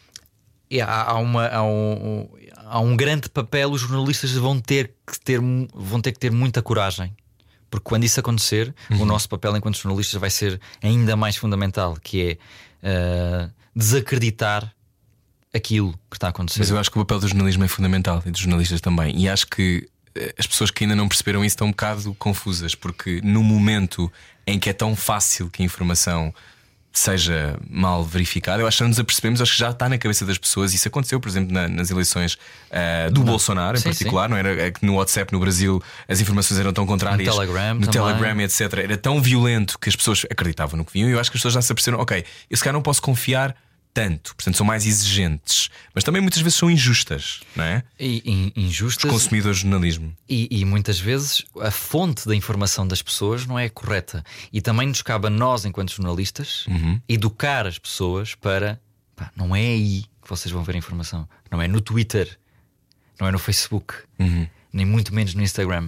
há, há, uma, há, um, há um grande papel. Os jornalistas vão ter que ter, vão ter, que ter muita coragem. Porque quando isso acontecer, uhum. o nosso papel enquanto jornalistas vai ser ainda mais fundamental, que é uh, desacreditar aquilo que está a acontecer. Mas eu acho que o papel do jornalismo é fundamental e dos jornalistas também. E acho que as pessoas que ainda não perceberam isso estão um bocado confusas, porque no momento em que é tão fácil que a informação seja mal verificada, eu acho que não nos apercebemos, acho que já está na cabeça das pessoas. Isso aconteceu, por exemplo, na, nas eleições uh, do não. Bolsonaro, em sim, particular, sim. não era? Que no WhatsApp no Brasil as informações eram tão contrárias, no Telegram, no Telegram etcétera. Era tão violento que as pessoas acreditavam no que viam. E eu acho que as pessoas já se aperceberam, ok, eu se calhar não posso confiar tanto, portanto são mais exigentes, mas também muitas vezes são injustas, não é? E, e, injustas. Os consumidores de jornalismo. E, e muitas vezes a fonte da informação das pessoas não é correta. E também nos cabe a nós, enquanto jornalistas, uhum. educar as pessoas para pá, não é aí que vocês vão ver a informação. Não é no Twitter, não é no Facebook, uhum. nem muito menos no Instagram.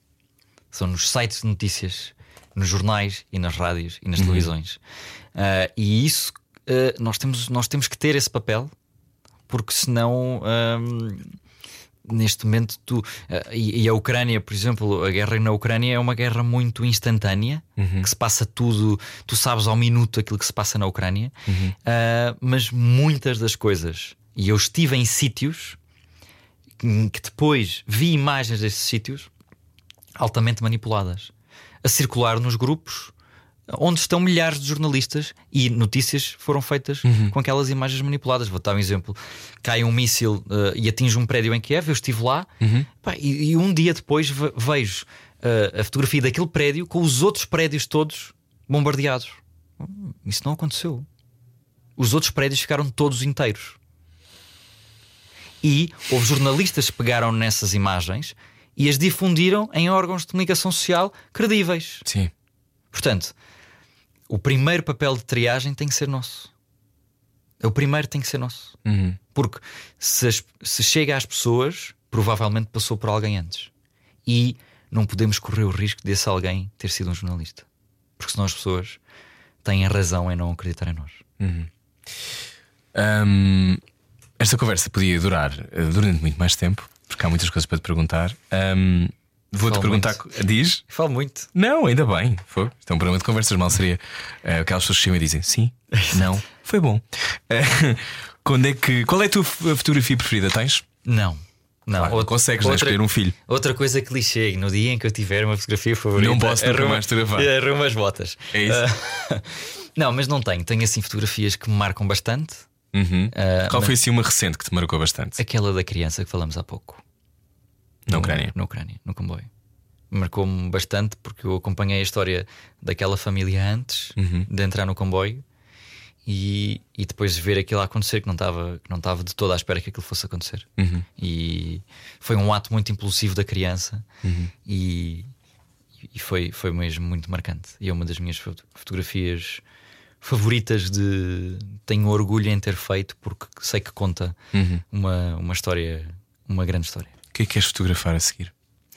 São nos sites de notícias, nos jornais e nas rádios e nas uhum. televisões. Uh, e isso Uh, nós, temos, nós temos que ter esse papel, porque senão um, neste momento tu, uh, e, e a Ucrânia, por exemplo, a guerra na Ucrânia é uma guerra muito instantânea, uhum. que se passa tudo, tu sabes ao minuto aquilo que se passa na Ucrânia, uhum. uh, mas muitas das coisas, e eu estive em sítios que, que depois vi imagens desses sítios altamente manipuladas a circular nos grupos onde estão milhares de jornalistas e notícias foram feitas uhum. com aquelas imagens manipuladas. Vou dar um exemplo: cai um míssil uh, e atinge um prédio em Kiev. Eu estive lá uhum. pá, e, e um dia depois ve- vejo uh, a fotografia daquele prédio com os outros prédios todos bombardeados. Isso não aconteceu. Os outros prédios ficaram todos inteiros. E houve jornalistas que pegaram nessas imagens e as difundiram em órgãos de comunicação social credíveis. Sim. Portanto, o primeiro papel de triagem tem que ser nosso. O primeiro tem que ser nosso. Uhum. Porque se, as, se chega às pessoas, provavelmente passou por alguém antes. E não podemos correr o risco desse alguém ter sido um jornalista. Porque senão as pessoas têm a razão em não acreditar em nós. Uhum. Um, esta conversa podia durar uh, durante muito mais tempo, porque há muitas coisas para te perguntar. Um, Vou-te perguntar. Muito. Diz? Falo muito. Não, ainda bem. Foi. Isto é um programa de conversas. Mal seria uh, aquelas pessoas que chegam e dizem sim, não, foi bom. Uh, quando é que, qual é a tua fotografia preferida? Tens? Não. Não, claro, outra, consegues outra, escolher um filho. Outra coisa que lhe chegue no dia em que eu tiver uma fotografia favorita, não posso nunca mais fotografar. Arrumo as botas. É isso. Uh, não, mas não tenho. Tenho assim fotografias que me marcam bastante. Uhum. Uh, qual foi assim uma recente que te marcou bastante? Aquela da criança que falamos há pouco. Na Ucrânia. Na Ucrânia, no comboio. Marcou-me bastante porque eu acompanhei a história daquela família antes uhum. de entrar no comboio e, e depois ver aquilo a acontecer, que não estava que não estava de toda à espera que aquilo fosse acontecer. Uhum. E foi um ato muito impulsivo da criança uhum. e, e foi, foi mesmo muito marcante. E é uma das minhas fotografias favoritas. De tenho orgulho em ter feito porque sei que conta uhum. uma, uma história, uma grande história. O que é que queres fotografar a seguir?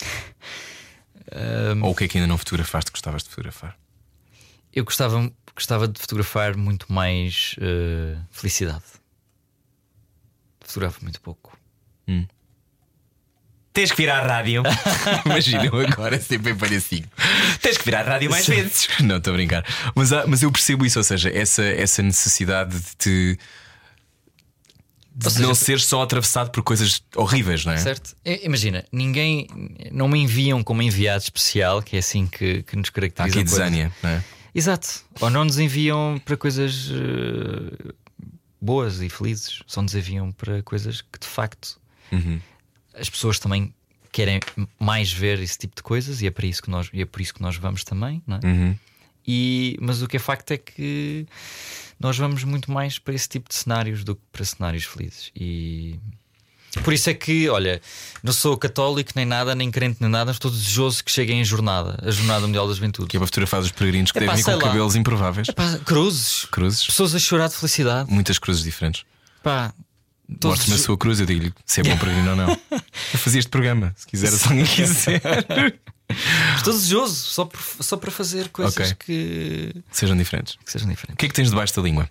Um, Ou o que é que ainda não fotografaste, gostavas de fotografar? Eu gostava, gostava de fotografar muito mais uh, felicidade. Fotografo muito pouco. Hum. Tens que virar a rádio. Imagina eu agora sempre em palhacinho. Tens que virar a rádio mais vezes. Não, estou a brincar. Mas, mas eu percebo isso, ou seja, essa, essa necessidade de te de seja, não ser só atravessado por coisas horríveis, não é? Certo. Imagina, ninguém, não me enviam como enviado especial, que é assim que, que nos caracteriza. Aqui desenha, não é? Exato. Ou não nos enviam para coisas uh, boas e felizes, só nos enviam para coisas que de facto uhum. as pessoas também querem mais ver esse tipo de coisas, e é para isso que nós, e é por isso que nós vamos também, não é? Uhum. e, mas o que é facto é que nós vamos muito mais para esse tipo de cenários do que para cenários felizes. E por isso é que, olha, não sou católico nem nada, nem crente nem nada, estou desejoso que cheguem a jornada, a Jornada Mundial da Juventude. Que é para fotografar os peregrinos que Epá, devem ir com sei lá. cabelos improváveis. Epá, cruzes, Cruzes. pessoas a chorar de felicidade. Muitas cruzes diferentes. Pá, todos Mostre-me a os- sua cruz, eu digo-lhe se é bom peregrino ou não. Eu fazia este programa, se quiser, se alguém quiser. Estou desejoso só, por, só para fazer coisas Ok. que, Sejam diferentes. que sejam O diferentes. que é que tens debaixo da língua?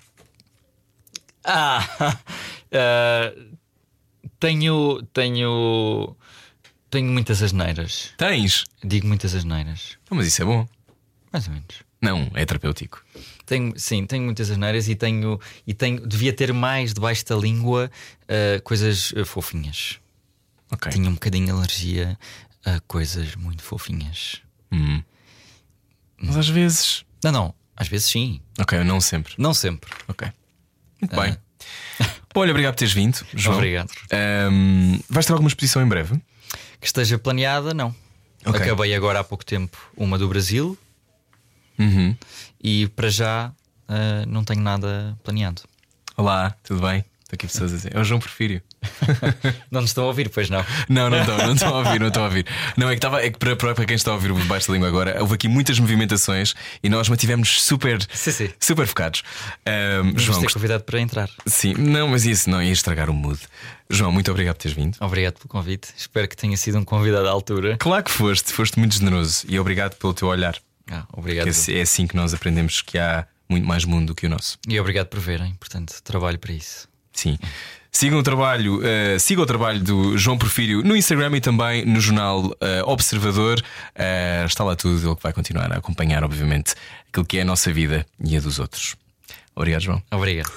Ah, ah, tenho, tenho, tenho muitas asneiras. Tens? Digo muitas asneiras, Não, mas isso é bom. mais ou menos. Não, é terapêutico. Tenho, sim, tenho muitas asneiras e tenho, e tenho, devia ter mais debaixo da língua ah, coisas ah, fofinhas. Ok. Tenho um bocadinho de alergia a coisas muito fofinhas. Hum. Mas às vezes. Não, não, às vezes sim, Ok, não sempre. não sempre. Ok. Muito bem. Olha, obrigado por teres vindo, João. Obrigado. Ahm, vais ter alguma exposição em breve? Que esteja planeada, não. Ok. Acabei agora há pouco tempo uma do Brasil Uhum. e para já ah, não tenho nada planeado. Olá, tudo bem? Estou aqui pessoas a dizer. É o João Porfírio. Não nos estão a ouvir, pois não? Não, não estão, não estão a ouvir, não estão a ouvir. Não, é que, estava, é que para, para quem está a ouvir o Baixo da Língua agora, houve aqui muitas movimentações e nós mantivemos super, Sim, sim. super focados. Ahm, Vamos João, ter gost- convidado para entrar. sim, não, mas isso não ia estragar o mood. João, muito obrigado por teres vindo. Obrigado pelo convite. Espero que tenha sido um convidado à altura. Claro que foste, foste muito generoso e obrigado pelo teu olhar. Ah, obrigado. Que é assim que nós aprendemos que há muito mais mundo do que o nosso. E obrigado por verem. Portanto, trabalho para isso. Sim. Sigam o trabalho, uh, siga o trabalho do João Porfírio no Instagram e também no jornal uh, Observador. Uh, está lá tudo, ele que vai continuar a acompanhar, obviamente, aquilo que é a nossa vida e a dos outros. Obrigado, João. Obrigado.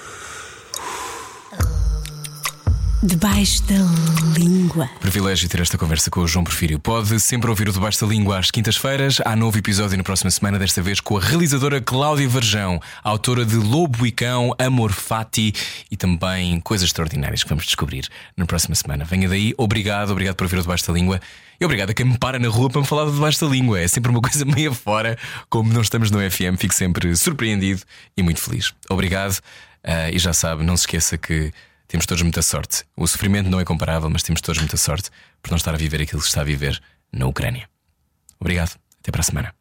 Debaixo da língua. Privilégio ter esta conversa com o João Porfírio. Pode sempre ouvir o Debaixo da Língua às quintas-feiras. Há novo episódio na próxima semana, desta vez com a realizadora Cláudia Varjão, autora de Lobo e Cão, Amor Fati e também coisas extraordinárias que vamos descobrir na próxima semana. Venha daí, obrigado, obrigado por ouvir o Debaixo da Língua e obrigado a quem me para na rua para me falar do Debaixo da Língua. É sempre uma coisa meia fora, como não estamos no F M, fico sempre surpreendido e muito feliz. Obrigado, uh, e já sabe, não se esqueça que temos todos muita sorte. O sofrimento não é comparável, mas temos todos muita sorte por não estar a viver aquilo que se está a viver na Ucrânia. Obrigado, até para a semana.